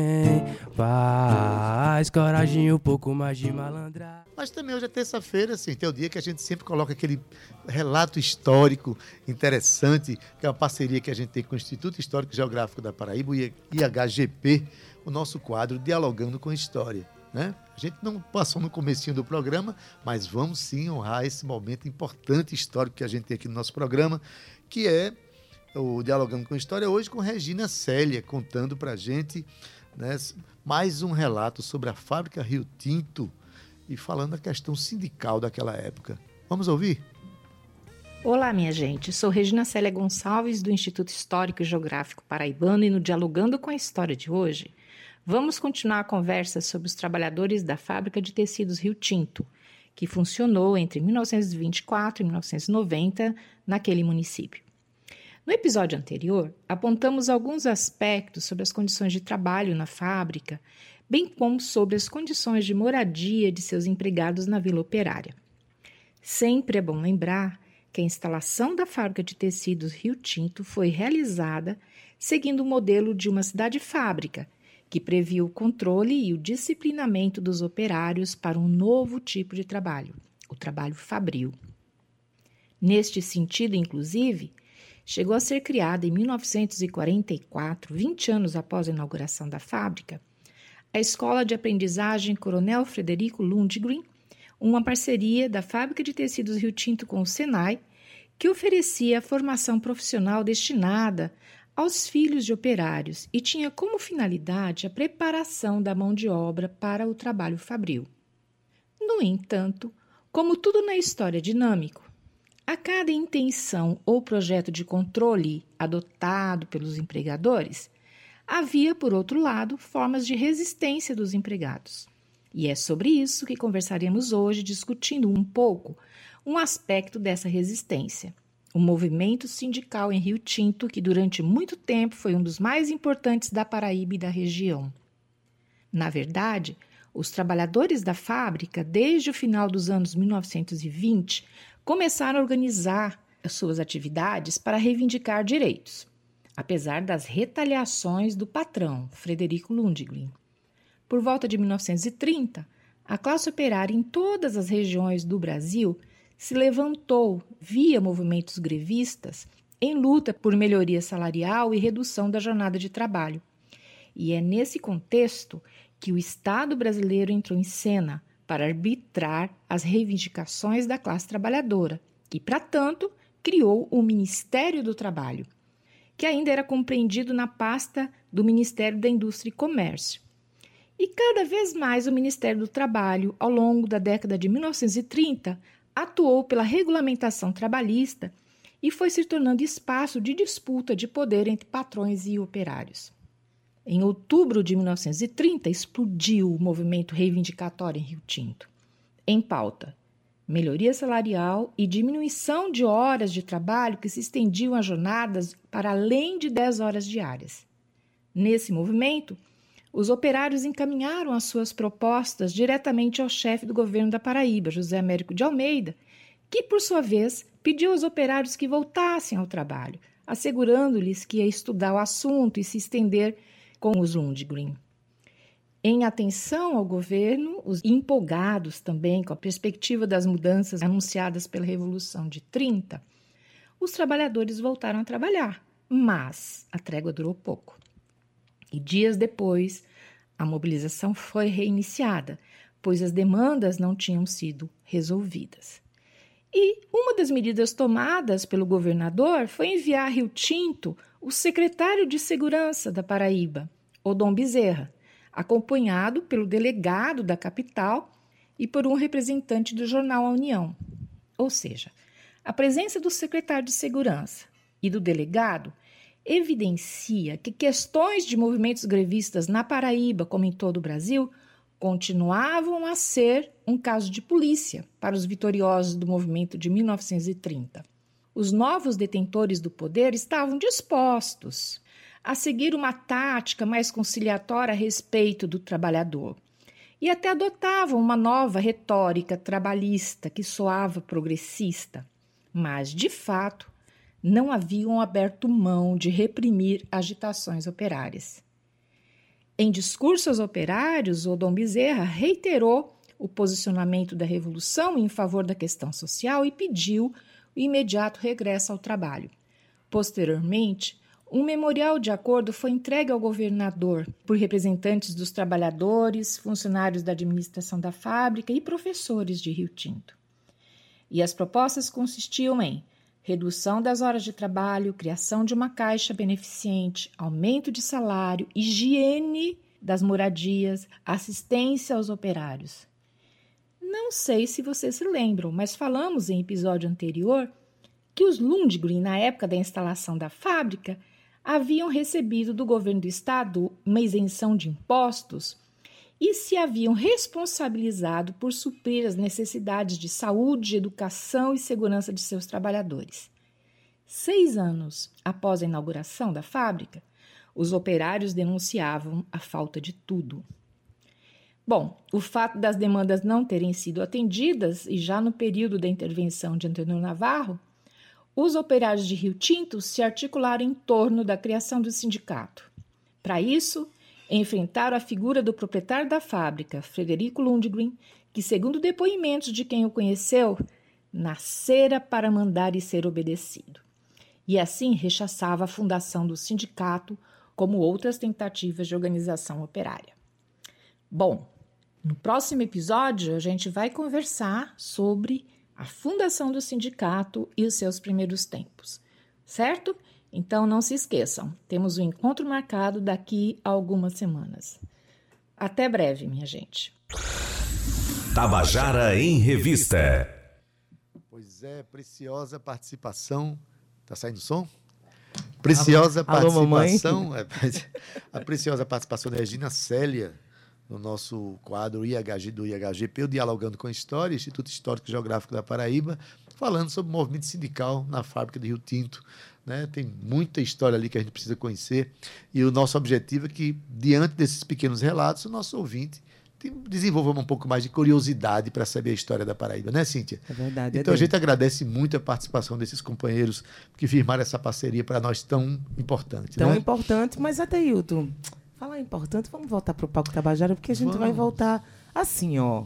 paz, coragem e um pouco mais de malandragem. Mas também hoje é terça-feira, assim, tem o dia que a gente sempre coloca aquele relato histórico interessante, que é uma parceria que a gente tem com o Instituto Histórico e Geográfico da Paraíba, o IHGP, o nosso quadro Dialogando com História, né? A gente não passou no comecinho do programa, mas vamos sim honrar esse momento importante histórico que a gente tem aqui no nosso programa, que é o Dialogando com História, hoje com Regina Célia, contando pra gente, né, mais um relato sobre a fábrica Rio Tinto e falando da questão sindical daquela época. Vamos ouvir? Olá, minha gente. Sou Regina Célia Gonçalves, do Instituto Histórico e Geográfico Paraibano, e no Dialogando com a História de hoje, vamos continuar a conversa sobre os trabalhadores da fábrica de tecidos Rio Tinto, que funcionou entre 1924 e 1990 naquele município. No episódio anterior, apontamos alguns aspectos sobre as condições de trabalho na fábrica, bem como sobre as condições de moradia de seus empregados na Vila Operária. Sempre é bom lembrar que a instalação da fábrica de tecidos Rio Tinto foi realizada seguindo o modelo de uma cidade-fábrica, que previa o controle e o disciplinamento dos operários para um novo tipo de trabalho, o trabalho fabril. Neste sentido, inclusive, chegou a ser criada em 1944, 20 anos após a inauguração da fábrica, a Escola de Aprendizagem Coronel Frederico Lundgren, uma parceria da Fábrica de Tecidos Rio Tinto com o Senai, que oferecia formação profissional destinada aos filhos de operários e tinha como finalidade a preparação da mão de obra para o trabalho fabril. No entanto, como tudo na história é dinâmico, a cada intenção ou projeto de controle adotado pelos empregadores, havia, por outro lado, formas de resistência dos empregados. E é sobre isso que conversaremos hoje, discutindo um pouco um aspecto dessa resistência. O movimento sindical em Rio Tinto, que durante muito tempo foi um dos mais importantes da Paraíba e da região. Na verdade, os trabalhadores da fábrica, desde o final dos anos 1920, começaram a organizar as suas atividades para reivindicar direitos, apesar das retaliações do patrão, Frederico Lundgren. Por volta de 1930, a classe operária em todas as regiões do Brasil se levantou via movimentos grevistas em luta por melhoria salarial e redução da jornada de trabalho. E é nesse contexto que o Estado brasileiro entrou em cena para arbitrar as reivindicações da classe trabalhadora e, para tanto, criou o Ministério do Trabalho, que ainda era compreendido na pasta do Ministério da Indústria e Comércio. E cada vez mais o Ministério do Trabalho, ao longo da década de 1930, atuou pela regulamentação trabalhista e foi se tornando espaço de disputa de poder entre patrões e operários. Em outubro de 1930, explodiu o movimento reivindicatório em Rio Tinto. Em pauta, melhoria salarial e diminuição de horas de trabalho que se estendiam as jornadas para além de 10 horas diárias. Nesse movimento, os operários encaminharam as suas propostas diretamente ao chefe do governo da Paraíba, José Américo de Almeida, que, por sua vez, pediu aos operários que voltassem ao trabalho, assegurando-lhes que ia estudar o assunto e se estender com os Lundgren. Em atenção ao governo, os empolgados também com a perspectiva das mudanças anunciadas pela Revolução de 30, os trabalhadores voltaram a trabalhar, mas a trégua durou pouco. E dias depois, a mobilização foi reiniciada, pois as demandas não tinham sido resolvidas. E uma das medidas tomadas pelo governador foi enviar a Rio Tinto o secretário de Segurança da Paraíba, Odom Bezerra, acompanhado pelo delegado da capital e por um representante do jornal A União. Ou seja, a presença do secretário de Segurança e do delegado evidencia que questões de movimentos grevistas na Paraíba, como em todo o Brasil, continuavam a ser um caso de polícia para os vitoriosos do movimento de 1930. Os novos detentores do poder estavam dispostos a seguir uma tática mais conciliatória a respeito do trabalhador e até adotavam uma nova retórica trabalhista que soava progressista, mas, de fato, não haviam aberto mão de reprimir agitações operárias. Em discurso aos operários, Odom Bezerra reiterou o posicionamento da Revolução em favor da questão social e pediu o imediato regresso ao trabalho. Posteriormente, um memorial de acordo foi entregue ao governador por representantes dos trabalhadores, funcionários da administração da fábrica e professores de Rio Tinto. E as propostas consistiam em redução das horas de trabalho, criação de uma caixa beneficente, aumento de salário, higiene das moradias, assistência aos operários. Não sei se vocês se lembram, mas falamos em episódio anterior que os Lundgren, na época da instalação da fábrica, haviam recebido do governo do estado uma isenção de impostos e se haviam responsabilizado por suprir as necessidades de saúde, educação e segurança de seus trabalhadores. 6 anos após a inauguração da fábrica, os operários denunciavam a falta de tudo. Bom, o fato das demandas não terem sido atendidas, e já no período da intervenção de Antônio Navarro, os operários de Rio Tinto se articularam em torno da criação do sindicato. Para isso, enfrentaram a figura do proprietário da fábrica, Frederico Lundgren, que, segundo depoimentos de quem o conheceu, nascera para mandar e ser obedecido. E assim rechaçava a fundação do sindicato, como outras tentativas de organização operária. Bom, no próximo episódio a gente vai conversar sobre a fundação do sindicato e os seus primeiros tempos, certo? Então não se esqueçam, temos um encontro marcado daqui a algumas semanas. Até breve, minha gente. Tabajara em Revista. Pois é, preciosa participação. Tá saindo som? Preciosa participação. A preciosa participação da Regina Célia no nosso quadro IHG do IHGP, o Dialogando com a História, Instituto Histórico e Geográfico da Paraíba, falando sobre o movimento sindical na fábrica de Rio Tinto. Né? Tem muita história ali que a gente precisa conhecer e o nosso objetivo é que, diante desses pequenos relatos, o nosso ouvinte desenvolva um pouco mais de curiosidade para saber a história da Paraíba, né, Cíntia? É verdade. Então a gente agradece muito a participação desses companheiros que firmaram essa parceria para nós tão importante. Tão né? importante, mas Adeilton, falar importante, vamos voltar para o Palco Tabajara, porque a gente vai voltar assim, ó.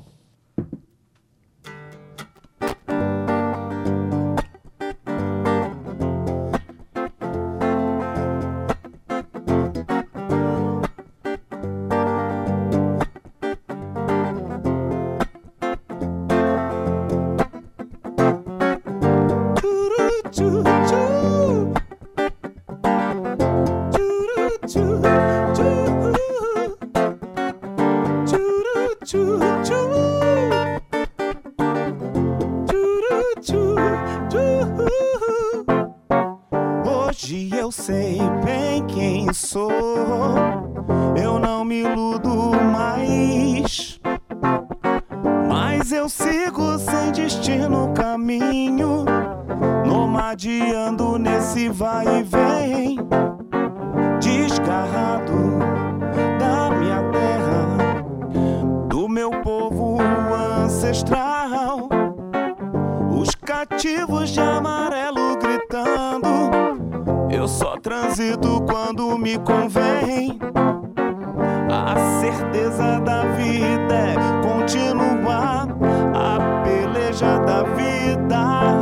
Hoje eu sei bem quem sou, eu não me iludo mais, mas eu sigo sem destino, caminho, nomadeando nesse vai e vem, desgarrado da minha terra, do meu povo ancestral, os cativos de amarelo gritando, eu só transito quando me convém. A certeza da vida é continuar a peleja da vida.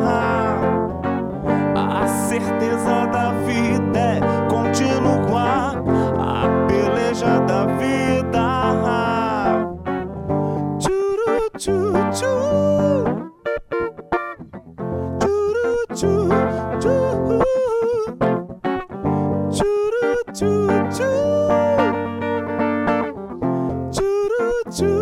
A certeza da vida é continuar a peleja da vida. Tchuru, tchu, tchu. Tchuru, tchu, tchu. Tchuru, tchu, tchu. Tchuru, tchu,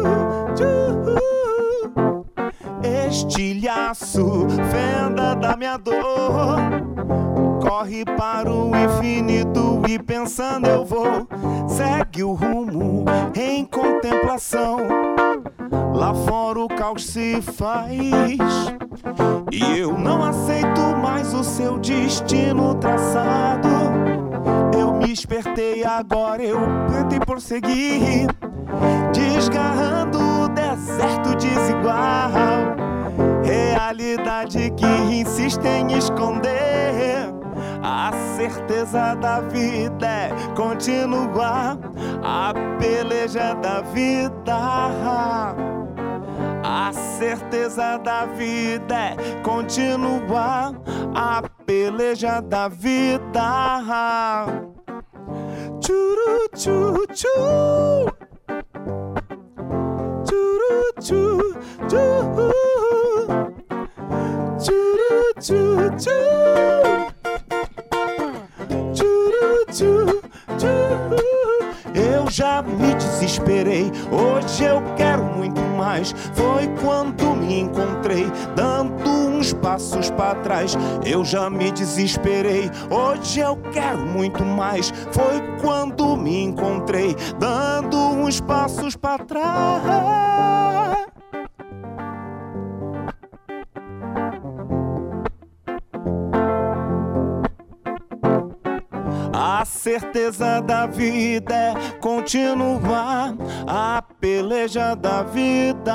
tchu. Estilhaço, fenda da minha dor, corre para o infinito e pensando eu vou. Segue o rumo em contemplação, lá fora o caos se faz, e eu não aceito mais o seu destino traçado. Eu me espertei, agora eu tentei prosseguir, desgarrando o deserto desigual, realidade que insiste em esconder. A certeza da vida é continuar a peleja da vida. A certeza da vida é continuar a peleja da vida. Tchuru, tchu, tchu. Tchuru, tchu, tchu. Tchuru, tchu, tchu. Tchuru, tchu, tchu. Eu já me desesperei, hoje eu quero muito mais. Foi quando me encontrei, dando uns passos para trás. Eu já me desesperei, hoje eu quero muito mais. Foi quando me encontrei, dando uns passos para trás. A certeza da vida é continuar a peleja da vida.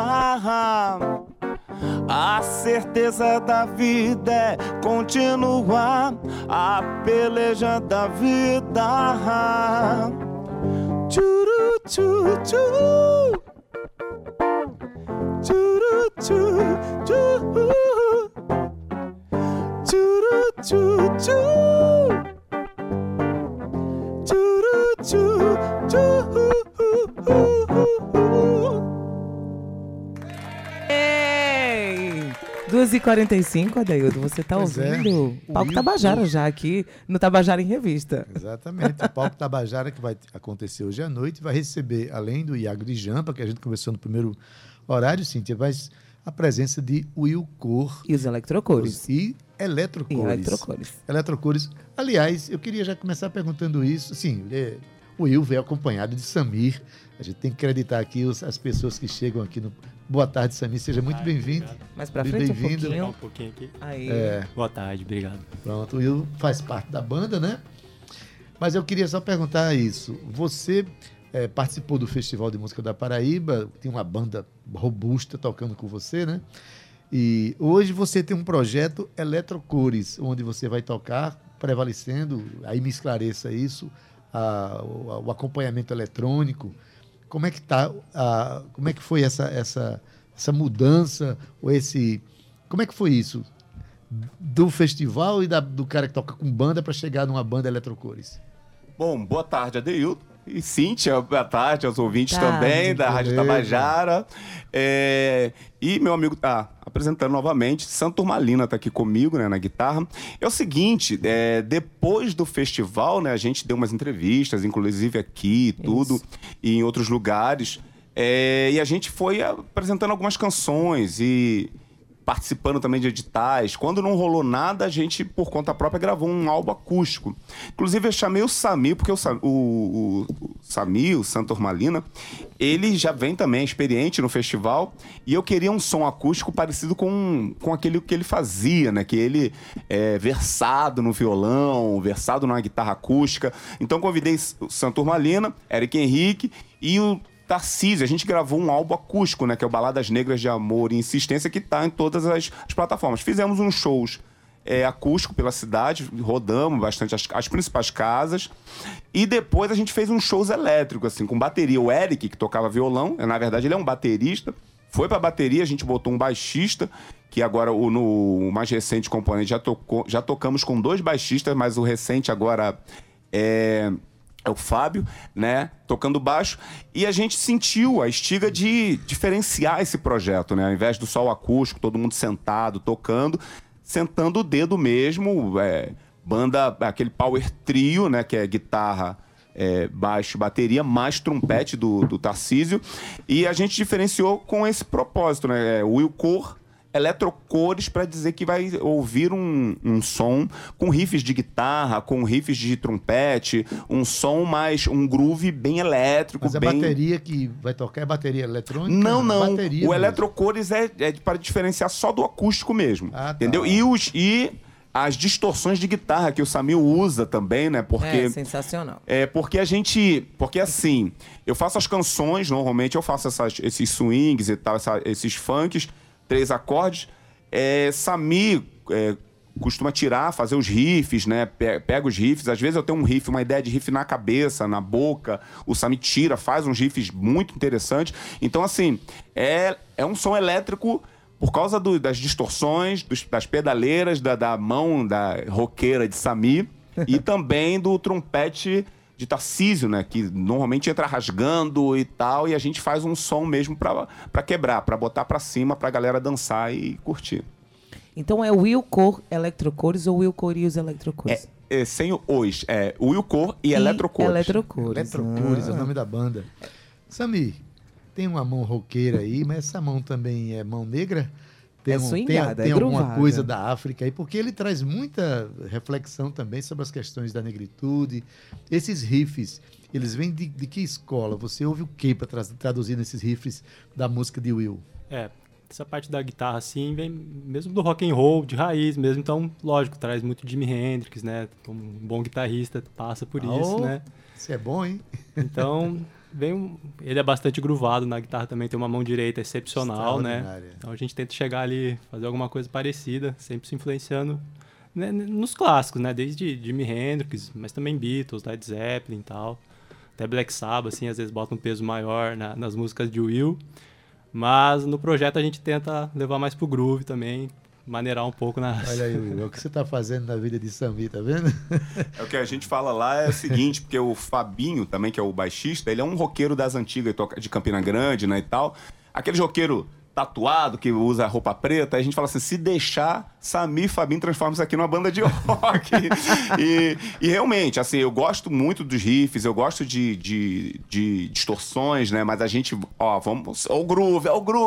A certeza da vida é continuar a peleja da vida. Tchuru, tchu, tchu. Tchuru, tchu, tchu. Tchuru, tchu, tchu. Tchuru, tchu, tchu. Ei! 2h45, Adaildo, você tá ouvindo? Palco Tabajara já aqui no Tabajara em Revista. Exatamente, o Palco Tabajara que vai acontecer hoje à noite vai receber, além do Iago de Jampa, que a gente conversou no primeiro horário, Cíntia, mas a presença de Will Cor. E os Eletrocores. E Eletrocores. Eletrocores. Aliás, eu queria já começar perguntando isso. Sim, o Will veio acompanhado de Samir. A gente tem que acreditar aqui as pessoas que chegam aqui no... Boa tarde, Samir. Seja muito bem-vindo. Mais pra frente um pouquinho aqui. Aí. Boa tarde, obrigado. Pronto, o Will faz parte da banda, né? Mas eu queria só perguntar isso. Você participou do Festival de Música da Paraíba, tem uma banda robusta tocando com você, né? E hoje você tem um projeto Eletrocores, onde você vai tocar, prevalecendo, aí me esclareça isso, o acompanhamento eletrônico. Como é que tá, como é que foi essa mudança, ou como é que foi isso? Do festival e do cara que toca com banda para chegar numa banda Eletrocores? Bom, boa tarde, Adeildo. E Cíntia, boa tarde aos ouvintes também da Rádio Tabajara. E meu amigo, a apresentando novamente. Santurmalina tá aqui comigo, né, na guitarra. É o seguinte, depois do festival, né, a gente deu umas entrevistas, inclusive aqui e tudo, e em outros lugares. E a gente foi apresentando algumas canções e participando também de editais. Quando não rolou nada, a gente, por conta própria, gravou um álbum acústico. Inclusive, eu chamei o Sami, porque o Sami, o Santurmalina, ele já vem também experiente no festival, e eu queria um som acústico parecido com aquele que ele fazia, né? Que ele é versado no violão, versado numa guitarra acústica. Então, convidei o Santurmalina, Eric Henrique e o Tarcísio. A gente gravou um álbum acústico, né? Que é o Baladas Negras de Amor e Insistência, que tá em todas as plataformas. Fizemos uns shows acústico pela cidade, rodamos bastante as principais casas, e depois a gente fez uns shows elétricos, assim, com bateria. O Eric, que tocava violão, na verdade ele é um baterista, foi pra bateria, a gente botou um baixista, que agora no mais recente componente já tocamos com 2 baixistas, mas o recente agora é o Fábio, né, tocando baixo, e a gente sentiu a estiga de diferenciar esse projeto, né, ao invés do só o acústico, todo mundo sentado, tocando, sentando o dedo mesmo, banda, aquele power trio, né, que é guitarra, baixo e bateria, mais trompete do Tarcísio, e a gente diferenciou com esse propósito, né, o Will Core Eletrocores, para dizer que vai ouvir um som com riffs de guitarra, com riffs de trompete, um som mais, um groove bem elétrico. Mas a bateria que vai tocar é bateria eletrônica? Não. Bateria o Eletrocores é para diferenciar só do acústico mesmo. Entendeu? E as distorções de guitarra que o Samir usa também, né? Porque, sensacional. Porque assim, eu faço as canções, normalmente eu faço esses swings e tal, esses funks, 3 acordes. Samir costuma fazer os riffs, né? Pega os riffs. Às vezes eu tenho uma ideia de riff na cabeça, na boca. O Samir faz uns riffs muito interessantes. Então, assim, é um som elétrico por causa das distorções, das pedaleiras, da mão da roqueira de Samir e também do trompete de Tarcísio, né? Que normalmente entra rasgando e tal, e a gente faz um som mesmo pra quebrar, pra botar pra cima, pra galera dançar e curtir. Então é Will Core Eletrocores ou Will Core e os Eletrocores? Sem os. Will Core e Eletrocores. Eletrocores é o nome da banda. Samir, tem uma mão roqueira aí, mas essa mão também é mão negra? Tem alguma coisa da África aí, porque ele traz muita reflexão também sobre as questões da negritude. Esses riffs, eles vêm de que escola? Você ouve o que para traduzir nesses riffs da música de Will? Essa parte da guitarra, assim, vem mesmo do rock and roll, de raiz mesmo. Então, lógico, traz muito Jimi Hendrix, né? Como um bom guitarrista passa por isso, né? Isso é bom, hein? Então... ele é bastante groovado na guitarra também, tem uma mão direita excepcional, né? Então a gente tenta chegar ali, fazer alguma coisa parecida, sempre se influenciando, né, nos clássicos, né? Desde Jimi Hendrix, mas também Beatles, Led Zeppelin e tal. Até Black Sabbath, assim, às vezes bota um peso maior nas músicas de Will. Mas no projeto a gente tenta levar mais pro groove também, maneirar um pouco nas... Olha aí, Will, é o que você tá fazendo na vida de Samir, tá vendo? O que a gente fala lá é o seguinte, porque o Fabinho também, que é o baixista, ele é um roqueiro das antigas, de Campina Grande, né, e tal. Aquele roqueiro tatuado, que usa roupa preta, aí a gente fala assim, se deixar, Samir e Fabinho transformam isso aqui numa banda de rock. e realmente, assim, eu gosto muito dos riffs, eu gosto de distorções, né, mas a gente, vamos, o groove.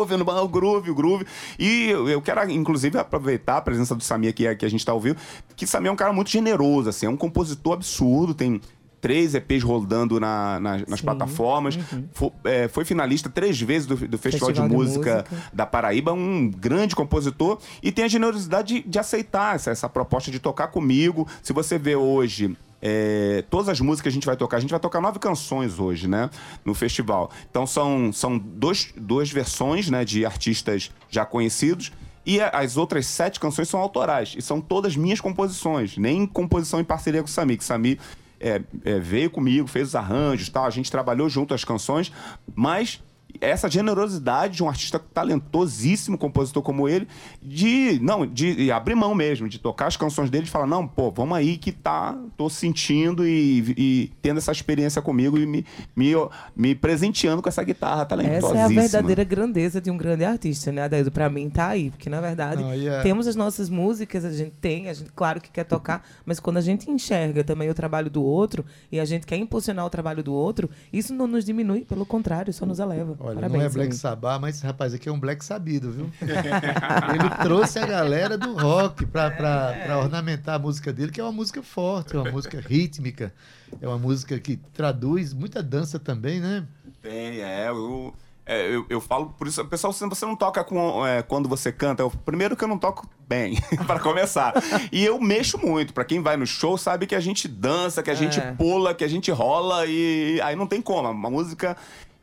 E eu quero, inclusive, aproveitar a presença do Samir aqui, que a gente tá ouvindo, que Samir é um cara muito generoso, assim, é um compositor absurdo, tem 3 EPs rodando nas plataformas. Foi finalista 3 vezes do Festival de Música da Paraíba, um grande compositor, e tem a generosidade de aceitar essa proposta de tocar comigo. Se você vê hoje todas as músicas que a gente vai tocar 9 canções hoje, né, no festival. Então são 2 versões, né, de artistas já conhecidos, e as outras 7 canções são autorais, e são todas minhas composições, nem composição em parceria com o Samir, que Samir veio comigo, fez os arranjos, tal, a gente trabalhou junto as canções, mas essa generosidade de um artista talentosíssimo, compositor como ele, de abrir mão mesmo, de tocar as canções dele, de falar, não, pô, vamos aí que tô sentindo e tendo essa experiência comigo e me presenteando com essa guitarra talentosíssima. Essa é a verdadeira grandeza de um grande artista, né, Adaildo? Pra mim tá aí, porque na verdade temos as nossas músicas, a gente claro que quer tocar, mas quando a gente enxerga também o trabalho do outro e a gente quer impulsionar o trabalho do outro, isso não nos diminui, pelo contrário, só nos eleva. Olha, parabéns, não é Black Sabbath, mas esse rapaz aqui é um Black sabido, viu? Ele trouxe a galera do rock pra ornamentar a música dele, que é uma música forte, é uma música rítmica, é uma música que traduz muita dança também, né? Tem, eu falo por isso, pessoal, você não toca quando você canta. Primeiro que eu não toco bem, para começar. E eu mexo muito. Para quem vai no show, sabe que a gente dança, que a gente pula, que a gente rola e aí não tem como. Uma música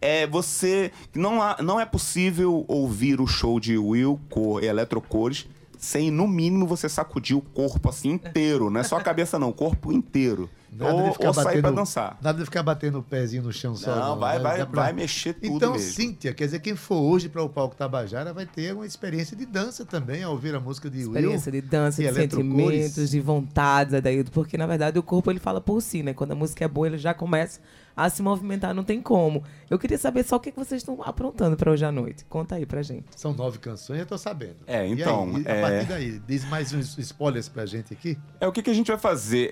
não é possível ouvir o show de Wilco e Eletrocores sem, no mínimo, você sacudir o corpo assim inteiro. Não é só a cabeça, não, o corpo inteiro. Ou sair pra dançar. Nada de ficar batendo o pezinho no chão só. Não, vai mexer tudo então, mesmo. Cíntia, quer dizer, quem for hoje para o palco Tabajara vai ter uma experiência de dança também, ao ouvir a música de Will. Experiência de dança, de sentimentos, de vontades, Adaildo, porque na verdade o corpo ele fala por si, né? Quando a música é boa, ele já começa a se movimentar, não tem como. Eu queria saber só o que vocês estão aprontando para hoje à noite. Conta aí pra gente. São 9 canções, eu tô sabendo. Então... a partir daí, diz mais uns spoilers pra gente aqui. O que a gente vai fazer?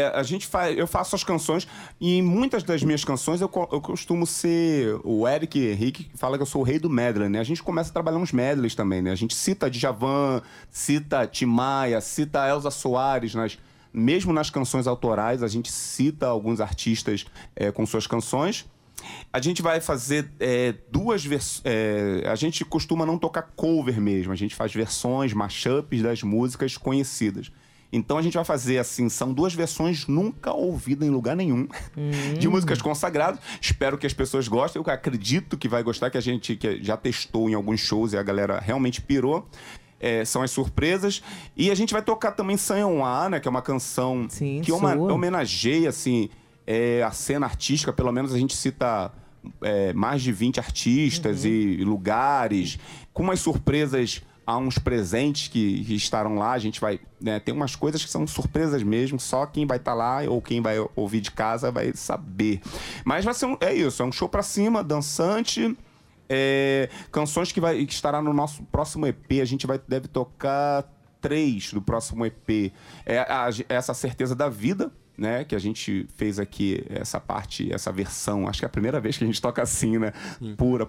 Eu faço as canções e em muitas das minhas canções eu costumo ser o Eric Henrique, que fala que eu sou o rei do medley, né? A gente começa a trabalhar uns medleys também, né? A gente cita Djavan, cita Tim Maia, cita Elza Soares, mesmo nas canções autorais, a gente cita alguns artistas com suas canções. A gente vai fazer duas versões. A gente costuma não tocar cover mesmo, a gente faz versões, mashups das músicas conhecidas. Então a gente vai fazer assim, são 2 versões nunca ouvidas em lugar nenhum de músicas consagradas. Espero que as pessoas gostem, eu acredito que vai gostar, que a gente já testou em alguns shows e a galera realmente pirou. São as surpresas. E a gente vai tocar também Sanhonhá, né? Que é uma canção que homenageia assim, a cena artística. Pelo menos a gente cita mais de 20 artistas e lugares, com umas surpresas a uns presentes que estarão lá. A gente vai... tem umas coisas que são surpresas mesmo, só quem vai estar lá ou quem vai ouvir de casa vai saber. Mas vai ser isso, é um show pra cima, dançante... canções que estará no nosso próximo EP. A gente deve tocar 3 do próximo EP. Essa Certeza da Vida, né? Que a gente fez aqui essa versão. Acho que é a primeira vez que a gente toca assim, né? Pura.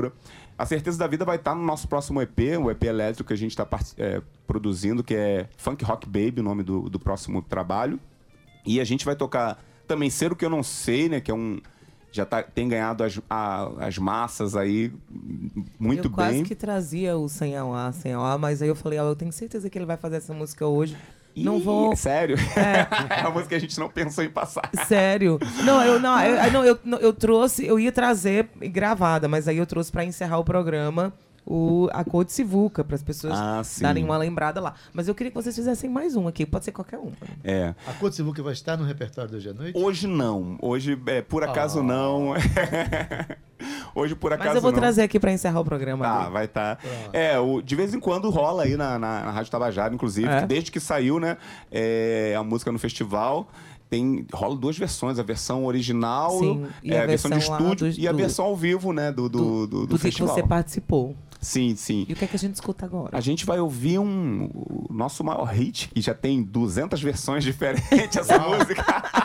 A Certeza da Vida vai estar no nosso próximo EP, o EP elétrico que a gente está produzindo, que é Funk Rock Baby, o nome do próximo trabalho. E a gente vai tocar também Ser o Que Eu Não Sei, né? Que é já tem ganhado as massas aí muito bem. Eu quase que trazia o Sanhonhá, mas aí eu falei, eu tenho certeza que ele vai fazer essa música hoje. Não vou... Sério? É uma música que a gente não pensou em passar. Sério? Eu trouxe, eu ia trazer gravada, mas aí eu trouxe pra encerrar o programa a Cor de Sivuca, para as pessoas darem uma lembrada lá. Mas eu queria que vocês fizessem mais um aqui, pode ser qualquer um. A Cor de Sivuca vai estar no repertório de hoje à noite? Hoje não. Hoje, por acaso, não. Hoje, por acaso, não. Mas eu vou trazer aqui para encerrar o programa. Vai estar. De vez em quando rola aí na Rádio Tabajara, inclusive, que desde que saiu, né, a música no festival... rola 2 versões, a versão original, a versão de estúdio e a versão ao vivo, né, do festival. Que você participou. Sim. E o que é que a gente escuta agora? A gente vai ouvir o nosso maior hit, que já tem 200 versões diferentes, essa música.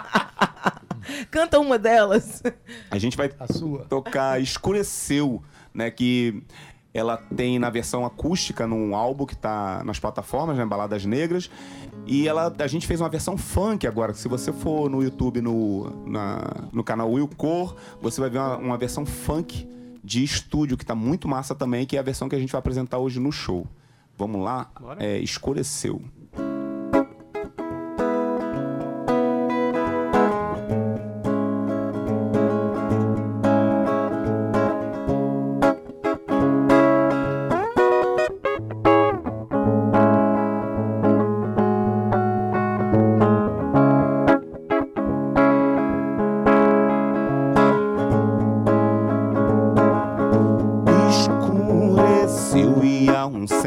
Canta uma delas. A gente vai tocar Escureceu, né, que... Ela tem na versão acústica num álbum que tá nas plataformas, né, Baladas Negras. E a gente fez uma versão funk agora. Se você for no YouTube, no canal Will Cor, você vai ver uma versão funk de estúdio, que tá muito massa também, que é a versão que a gente vai apresentar hoje no show. Vamos lá? Escureceu.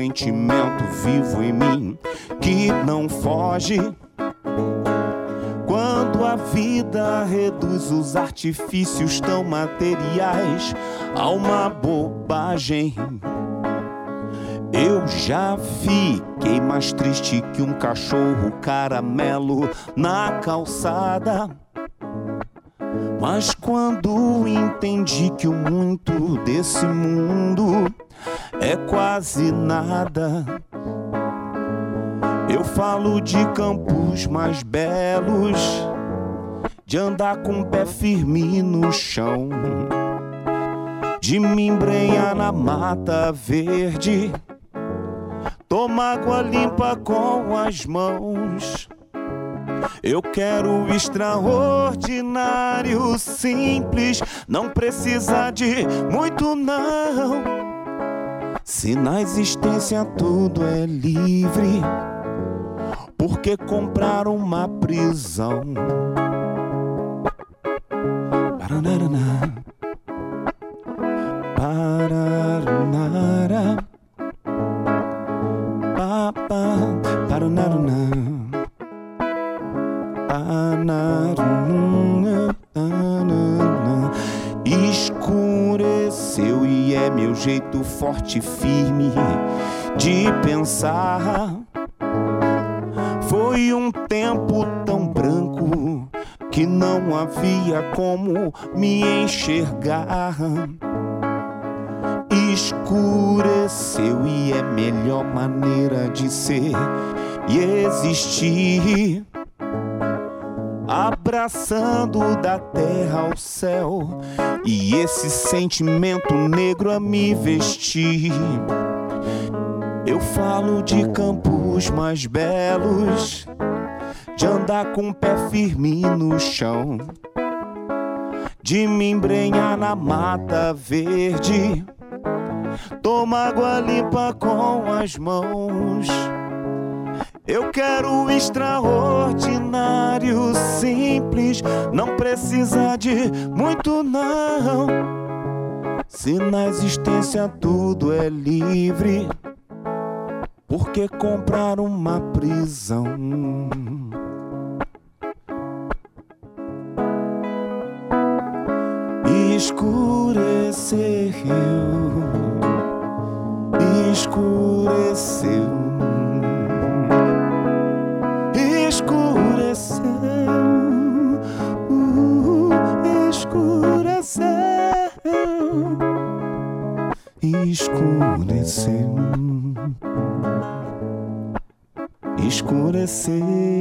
sentimento vivo em mim que não foge. Quando a vida reduz os artifícios tão materiais a uma bobagem, eu já fiquei mais triste que um cachorro caramelo na calçada. Mas quando entendi que o muito desse mundo é quase nada, eu falo de campos mais belos, de andar com o pé firme no chão, de me embrenhar na mata verde, tomar água limpa com as mãos. Eu quero o extraordinário, simples, não precisa de muito não. Se na existência tudo é livre, por que comprar uma prisão? Paranara, paranara, papa, paranara. Escureceu e é meu jeito forte e firme de pensar. Foi um tempo tão branco que não havia como me enxergar. Escureceu e é melhor maneira de ser e existir, abraçando da terra ao céu, e esse sentimento negro a me vestir. Eu falo de campos mais belos, de andar com o pé firme no chão, de me embrenhar na mata verde, tomar água limpa com as mãos. Eu quero o extraordinário, simples, não precisa de muito não. Se na existência tudo é livre, por que comprar uma prisão? Escureceu, escureceu. Escureceu, escureceu, escureceu, escureceu.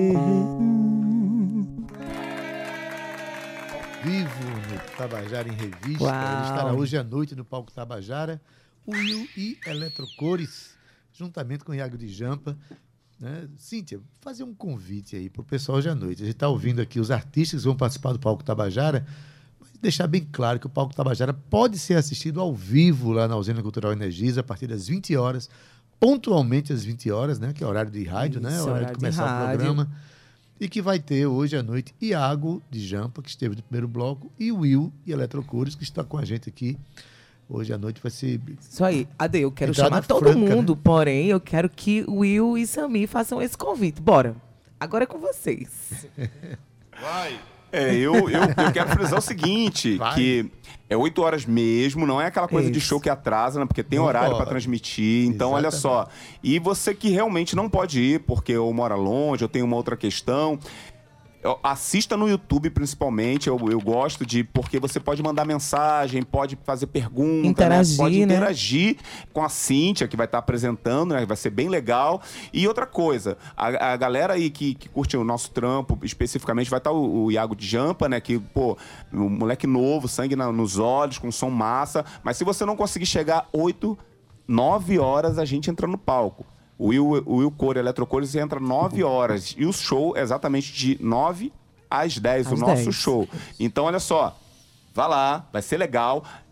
Vivo no Tabajara em Revista. Ele estará hoje à noite no palco Tabajara. O Will e Eletrocores, juntamente com o Iago de Jampa. Né? Cíntia, fazer um convite aí para o pessoal hoje à noite. A gente está ouvindo aqui os artistas que vão participar do Palco Tabajara, mas deixar bem claro que o Palco Tabajara pode ser assistido ao vivo lá na Usina Cultural Energisa a partir das 20 horas, pontualmente às 20 horas, né? Que é horário de rádio, né? Horário de começar o programa. E que vai ter hoje à noite Iago de Jampa, que esteve no primeiro bloco, e Will e Eletrocores, que está com a gente aqui. Hoje à noite vai ser... Isso aí. Ade, eu quero chamar todo mundo, né? Porém, eu quero que Will e Samir façam esse convite. Bora. Agora é com vocês. Vai. Eu quero frisar o seguinte, que é 8 horas mesmo, não é aquela coisa de show que atrasa, né? Porque tem horário para transmitir. Então, olha só. E você que realmente não pode ir, porque eu moro longe, eu tenho uma outra questão... Assista no YouTube, principalmente. Eu gosto porque você pode mandar mensagem, pode fazer pergunta, interagir, né? Pode interagir com a Cíntia, que vai estar apresentando, né? Vai ser bem legal. E outra coisa, a galera aí que curte o nosso trampo, especificamente, vai estar o Iago de Jampa, né? Que, pô, um moleque novo, sangue nos olhos, com som massa. Mas se você não conseguir chegar 8, 9 horas, a gente entra no palco. O Will Core Eletrocores entra 9 horas. E o show é exatamente de 9 às 10, o nosso show. Então, olha só. Vá lá, vai ser legal.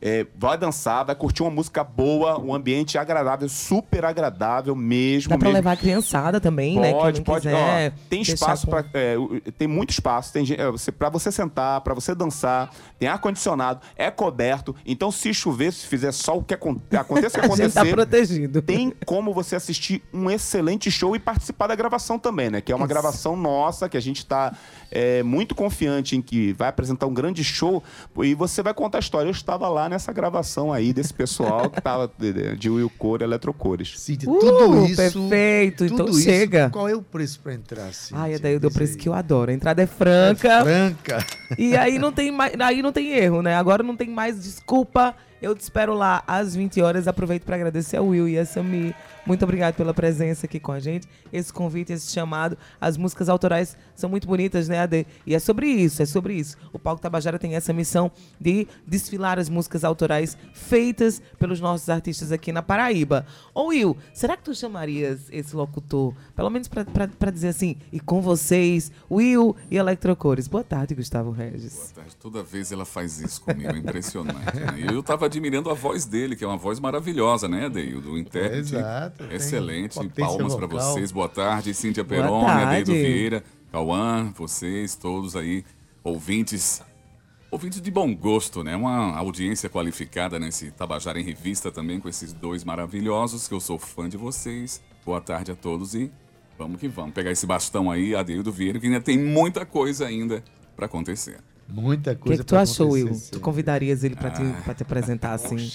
vai dançar, vai curtir uma música boa, um ambiente agradável, super agradável mesmo. Dá pra levar a criançada também, né? Pode. Tem espaço tem muito espaço, pra você sentar, pra você dançar, tem ar-condicionado, é coberto. Então, se chover, se fizer sol, o que aconteça, a gente tá protegido. Tem como você assistir um excelente show e participar da gravação também, né? Que é uma gravação nossa, que a gente tá muito confiante em que vai apresentar um grande show e você vai contar a história. Eu estava lá nessa gravação aí desse pessoal que tava de Will Core, Eletrocores. Cíntia, tudo isso... Perfeito, então chega. Qual é o preço pra entrar, Cíntia? Ai, daí eu dou o preço que eu adoro. A entrada é franca. Franca. E aí não tem erro, né? Agora não tem mais desculpa. Eu te espero lá às 20 horas. Aproveito para agradecer ao Will e a Sami. Muito obrigado pela presença aqui com a gente. Esse convite, esse chamado. As músicas autorais são muito bonitas, né, Ade? E é sobre isso. O Palco Tabajara tem essa missão de desfilar as músicas autorais feitas pelos nossos artistas aqui na Paraíba. Ô, Will, será que tu chamarias esse locutor, pelo menos para dizer assim, e com vocês, Will e Eletrocores? Boa tarde, Gustavo Regis. Boa tarde. Toda vez ela faz isso comigo, é impressionante. Né? E eu tava admirando a voz dele, que é uma voz maravilhosa, né, Adeildo? Do intérprete. Exato. Excelente. Palmas para vocês. Boa tarde, Cíntia Peroni, Adeildo Vieira, Cauã, vocês todos aí, ouvintes de bom gosto, né? Uma audiência qualificada nesse Tabajara em Revista também, com esses dois maravilhosos, que eu sou fã de vocês. Boa tarde a todos e vamos que vamos. Pegar esse bastão aí, Adeildo Vieira, que ainda tem muita coisa ainda para acontecer. Muita coisa. O que tu achou, Will? Tu convidarias ele pra te apresentar assim?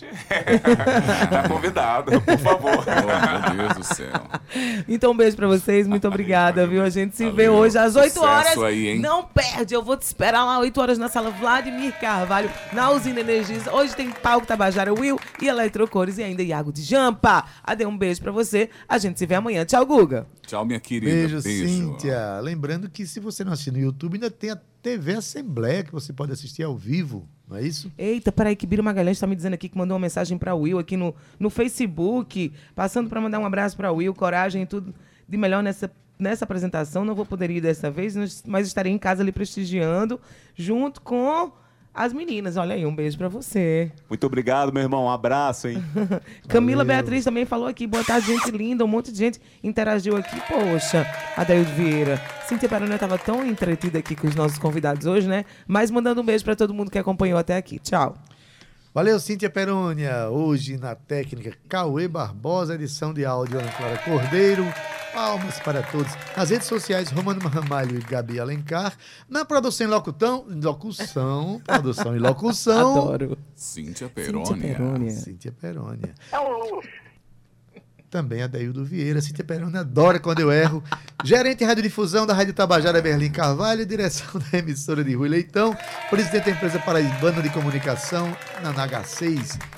Tá convidado, por favor. Oh, meu Deus do céu. Então, um beijo pra vocês. Muito obrigada, viu? A gente se vê hoje às 8 horas. Aí, não perde, eu vou te esperar lá às 8 horas na sala Vladimir Carvalho, na Usina Energias. Hoje tem Palco Tabajara, Will e Eletrocores e ainda Iago de Jampa. Ade, um beijo pra você. A gente se vê amanhã. Tchau, Guga. Tchau, minha querida. Beijo, Cíntia. Lembrando que se você não assistir no YouTube, ainda tem a TV Assembleia, que você pode assistir ao vivo, não é isso? Eita, peraí, que Biro Magalhães está me dizendo aqui que mandou uma mensagem para o Will aqui no Facebook, passando para mandar um abraço para o Will, coragem e tudo de melhor nessa apresentação. Não vou poder ir dessa vez, mas estarei em casa ali prestigiando, junto com as meninas. Olha aí, um beijo pra você. Muito obrigado, meu irmão. Um abraço, hein? Camila Beatriz também falou aqui. Boa tarde, gente linda. Um monte de gente interagiu aqui. Poxa, Adeildo Vieira. Cíntia Peroni estava tão entretida aqui com os nossos convidados hoje, né? Mas mandando um beijo pra todo mundo que acompanhou até aqui. Tchau. Valeu, Cíntia Perônia. Hoje na técnica Cauê Barbosa, edição de áudio Ana Clara Cordeiro. Palmas para todos. Nas redes sociais, Romano Ramalho e Gabi Alencar. Na produção e locução. Produção e locução. Adoro. Cíntia Perônia. Cíntia Perônia. Também Adeildo Vieira. Cíntia Perônia adora quando eu erro. Gerente de radiodifusão da Rádio Tabajara, Berlim Carvalho. Direção da emissora de Rui Leitão. Presidente da empresa paraibana de comunicação, na H6.